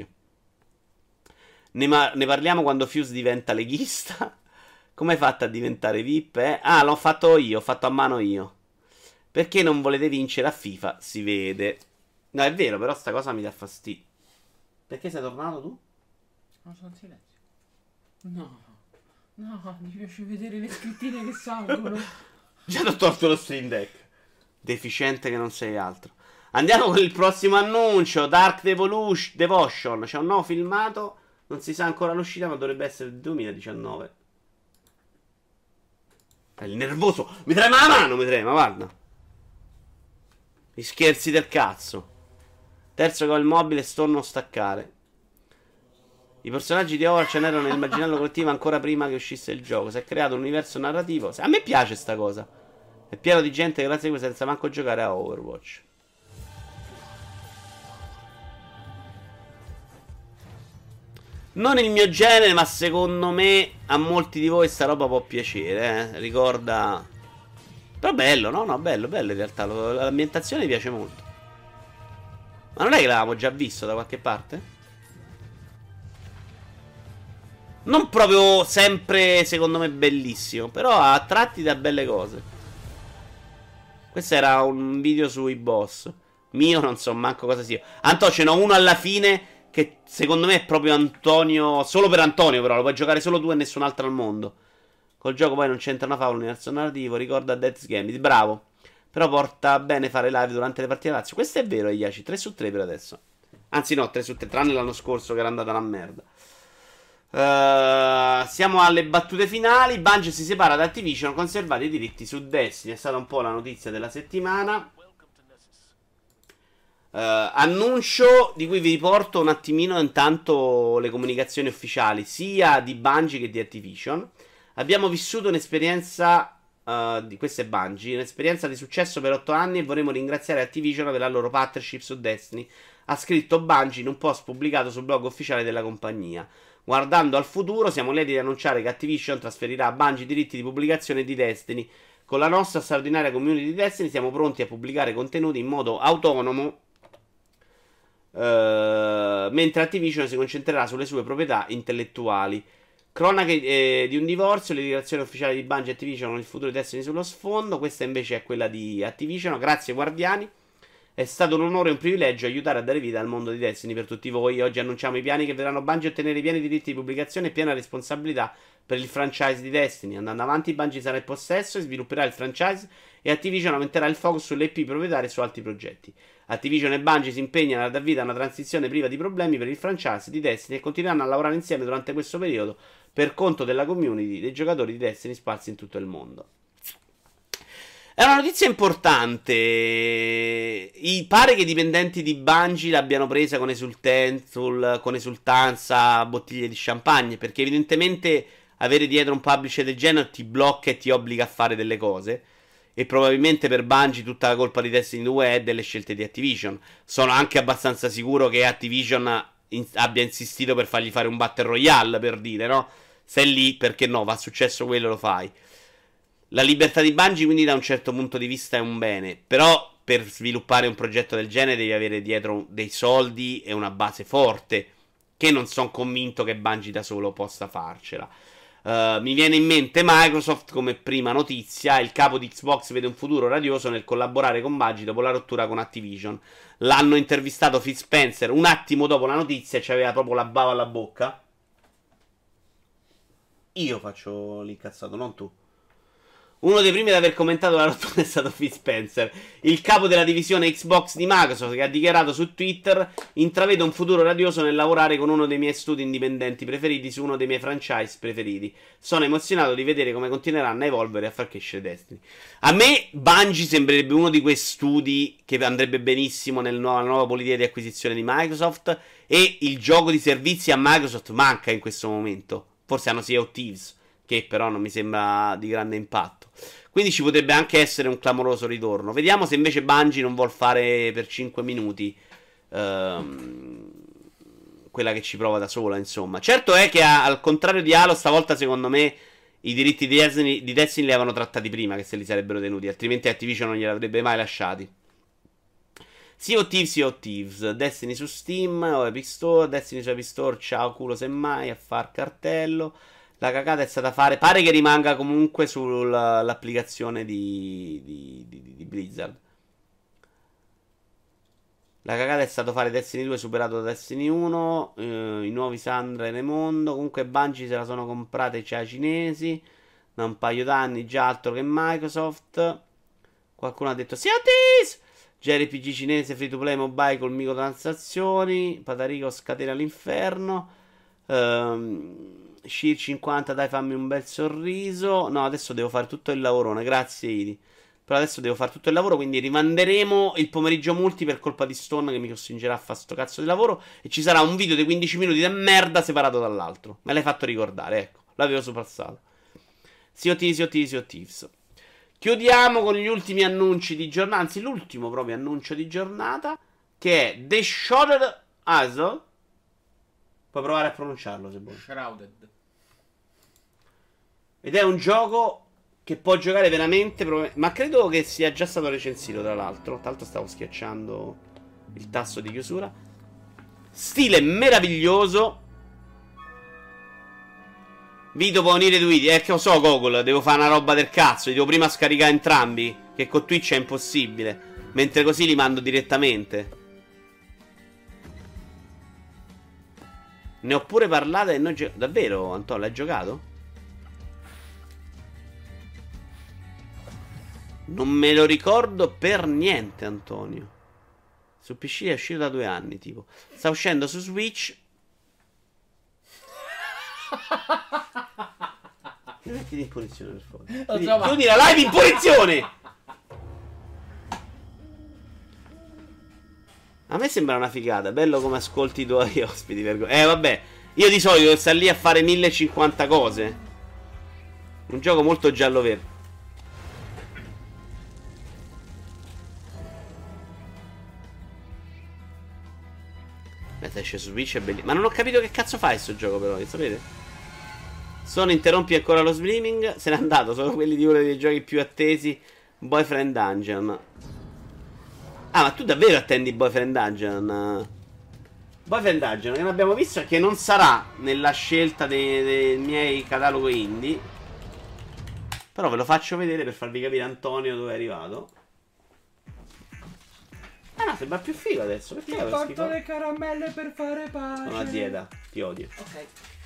Ne parliamo quando Fuse diventa leghista. Come hai fatto a diventare VIP? Ah, l'ho fatto io, ho fatto a mano io. Perché non volete vincere a FIFA? Si vede. No, è vero, però sta cosa mi dà fastidio. Perché sei tornato tu? No, sono in silenzio. No, no, mi piace vedere le scrittine che salgono. Già ti ho tolto lo Stream Deck. Deficiente che non sei altro. Andiamo con il prossimo annuncio. Dark Devotion. C'è un nuovo filmato. Non si sa ancora l'uscita, ma dovrebbe essere il 2019. È il nervoso. Mi trema la mano, mi trema, guarda. Gli scherzi del cazzo. Terzo che ho il mobile, sto a non staccare. I personaggi di Overwatch erano nell'immaginario collettivo ancora prima che uscisse il gioco. Si è creato un universo narrativo. A me piace sta cosa. È pieno di gente che la segue senza manco giocare a Overwatch. Non il mio genere, ma secondo me a molti di voi sta roba può piacere, Ricorda... Però bello, no? No, bello, bello in realtà. L'ambientazione mi piace molto. Ma non è che l'avevamo già visto da qualche parte? Non proprio sempre, secondo me, bellissimo. Però a tratti da belle cose. Questo era un video sui boss. Mio non so manco cosa sia. Anto, ce n'ho uno alla fine che secondo me è proprio Antonio. Solo per Antonio però, lo puoi giocare solo tu e nessun altro al mondo. Col gioco poi non c'entra una favola, universo narrativo. Ricorda Death's Gambit, bravo. Però porta bene fare live durante le partite Lazio. Questo è vero, Iaci, 3 su 3 per adesso. Anzi no, 3 su 3, tranne l'anno scorso che era andata una merda. Siamo alle battute finali. Bungie si separa da Activision, conservati i diritti su Destiny. È stata un po' la notizia della settimana. Annuncio di cui vi riporto un attimino intanto le comunicazioni ufficiali sia di Bungie che di Activision. Abbiamo vissuto un'esperienza questa è Bungie, un'esperienza di successo per 8 anni e vorremmo ringraziare Activision per la loro partnership su Destiny. Ha scritto Bungie in un post pubblicato sul blog ufficiale della compagnia. Guardando al futuro, siamo lieti di annunciare che Activision trasferirà a Bungie i diritti di pubblicazione di Destiny. Con la nostra straordinaria community di Destiny siamo pronti a pubblicare contenuti in modo autonomo, mentre Activision si concentrerà sulle sue proprietà intellettuali. Cronache di un divorzio, le dichiarazioni ufficiali di Bungie e Activision con il futuro di Destiny sullo sfondo. Questa invece è quella di Activision. Grazie guardiani. È stato un onore e un privilegio aiutare a dare vita al mondo di Destiny per tutti voi. Oggi annunciamo i piani che vedranno Bungie ottenere i pieni diritti di pubblicazione e piena responsabilità per il franchise di Destiny. Andando avanti, Bungie sarà in possesso e svilupperà il franchise e Activision aumenterà il focus sulle IP proprietarie e su altri progetti. Activision e Bungie si impegnano a dar vita a una transizione priva di problemi per il franchise di Destiny e continueranno a lavorare insieme durante questo periodo per conto della community dei giocatori di Destiny sparsi in tutto il mondo. È una notizia importante. Pare che i dipendenti di Bungie l'abbiano presa con esultanza, bottiglie di champagne, perché evidentemente avere dietro un publisher del genere ti blocca e ti obbliga a fare delle cose. E probabilmente per Bungie tutta la colpa di Destiny 2 è delle scelte di Activision. Sono anche abbastanza sicuro che Activision abbia insistito per fargli fare un Battle Royale, per dire, no? Sei lì, perché no, va successo quello, lo fai. La libertà di Bungie quindi da un certo punto di vista è un bene, però per sviluppare un progetto del genere devi avere dietro dei soldi e una base forte, che non sono convinto che Bungie da solo possa farcela. Mi viene in mente Microsoft come prima notizia. Il capo di Xbox vede un futuro radioso nel collaborare con Bungie dopo la rottura con Activision. L'hanno intervistato Phil Spencer un attimo dopo la notizia e c'aveva proprio la bava alla bocca. Io faccio l'incazzato, non tu. Uno dei primi ad aver commentato la rottura è stato Phil Spencer, il capo della divisione Xbox di Microsoft, che ha dichiarato su Twitter: intravedo un futuro radioso nel lavorare con uno dei miei studi indipendenti preferiti su uno dei miei franchise preferiti. Sono emozionato di vedere come continueranno a evolvere e a far crescere Destiny. A me Bungie sembrerebbe uno di quei studi che andrebbe benissimo nella nuova politica di acquisizione di Microsoft, e il gioco di servizi a Microsoft manca in questo momento. Forse hanno Sea of Thieves, che però non mi sembra di grande impatto. Quindi ci potrebbe anche essere un clamoroso ritorno. Vediamo se invece Bungie non vuol fare per 5 minuti quella che ci prova da sola, insomma. Certo è che al contrario di Halo, stavolta secondo me i diritti di Destiny li avevano trattati prima che se li sarebbero tenuti, altrimenti Activision non glieli avrebbe mai lasciati. Sea of Thieves, Destiny su Steam o Epic Store, Destiny su Epic Store, ciao culo semmai, a far cartello. La cagata è stata fare. Pare che rimanga comunque sull'applicazione di Blizzard. La cagata è stato fare Destiny 2 superato da Destiny 1. I nuovi Sandra e Raimondo. Comunque Bungie se la sono comprate i cinesi. Da un paio d'anni già altro che Microsoft. Qualcuno ha detto Siotis! JRPG cinese free to play mobile con microtransazioni. Patarico scatena l'inferno. Shir 50, dai fammi un bel sorriso. No, adesso devo fare tutto il lavorone. Grazie Idi. Però adesso devo fare tutto il lavoro, quindi rimanderemo il pomeriggio multi per colpa di Stone che mi costringerà a fare sto cazzo di lavoro. E ci sarà un video di 15 minuti di merda separato dall'altro. Me l'hai fatto ricordare, ecco. L'avevo sorpassato. Sea of Thieves. Chiudiamo con gli ultimi annunci di giornata. Anzi, l'ultimo proprio annuncio di giornata, che è The Shrouded Isle. Puoi provare a pronunciarlo se vuoi. Shrouded. Ed è un gioco che può giocare veramente. Ma credo che sia già stato recensito, tra l'altro. Tra l'altro stavo schiacciando il tasto di chiusura. Stile meraviglioso. Video può unire due video. Che lo so, Google, devo fare una roba del cazzo. Li devo prima scaricare entrambi, che con Twitch è impossibile. Mentre così li mando direttamente. Ne ho pure parlato e noi davvero, Antonio, l'hai giocato? Non me lo ricordo per niente, Antonio. Su PC è uscito da 2 anni, tipo. Sta uscendo su Switch. Mettiti in punizione, per favore. Chiudi la live in punizione! A me sembra una figata. Bello come ascolti i tuoi ospiti. Vabbè. Io di solito sto lì a fare 1050 cose. Un gioco molto giallo-verde. Aspetta, esce su Switch, è bellissimo. Ma non ho capito che cazzo fa questo gioco, però, sapete? Sono interrompi ancora lo streaming. Se n'è andato, sono quelli di uno dei giochi più attesi, Boyfriend Dungeon. Ah, ma tu davvero attendi Boyfriend Dungeon? Boyfriend Dungeon, che non abbiamo visto, che non sarà nella scelta dei miei catalogo indie. Però ve lo faccio vedere per farvi capire, Antonio, dove è arrivato. Ah no, sembra più figo adesso. Perché ti porto le caramelle per fare pace. Sono a dieta, ti odio. Ok.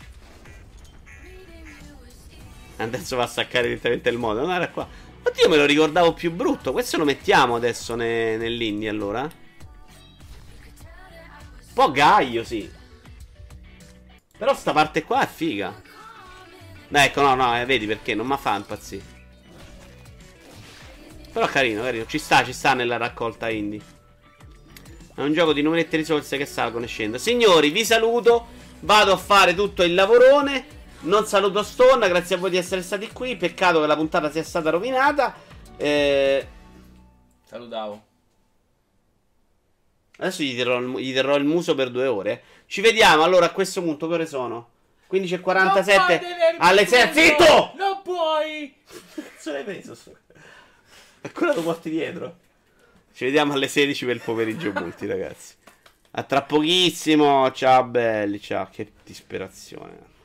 Adesso va a staccare direttamente il modo. Non era qua. Oddio, me lo ricordavo più brutto. Questo lo mettiamo adesso nell'indie, allora. Un po' gaio, sì. Però sta parte qua è figa. Beh, ecco, no, vedi perché non mi fa impazzire. Però carino, carino. Ci sta nella raccolta indie. È un gioco di numerette risorse che salgono e scendono. Signori, vi saluto. Vado a fare tutto il lavorone. Non saluto Stone, grazie a voi di essere stati qui. Peccato che la puntata sia stata rovinata. Salutavo. Adesso gli terrò il muso per 2 ore. Ci vediamo allora a questo punto. Che ore sono? 15:47 alle 6. Zitto! Non puoi! Che cazzo l'hai preso? Ancora lo porti dietro. Ci vediamo alle 16 per il pomeriggio multi, ragazzi. A tra pochissimo. Ciao belli, ciao. Che disperazione.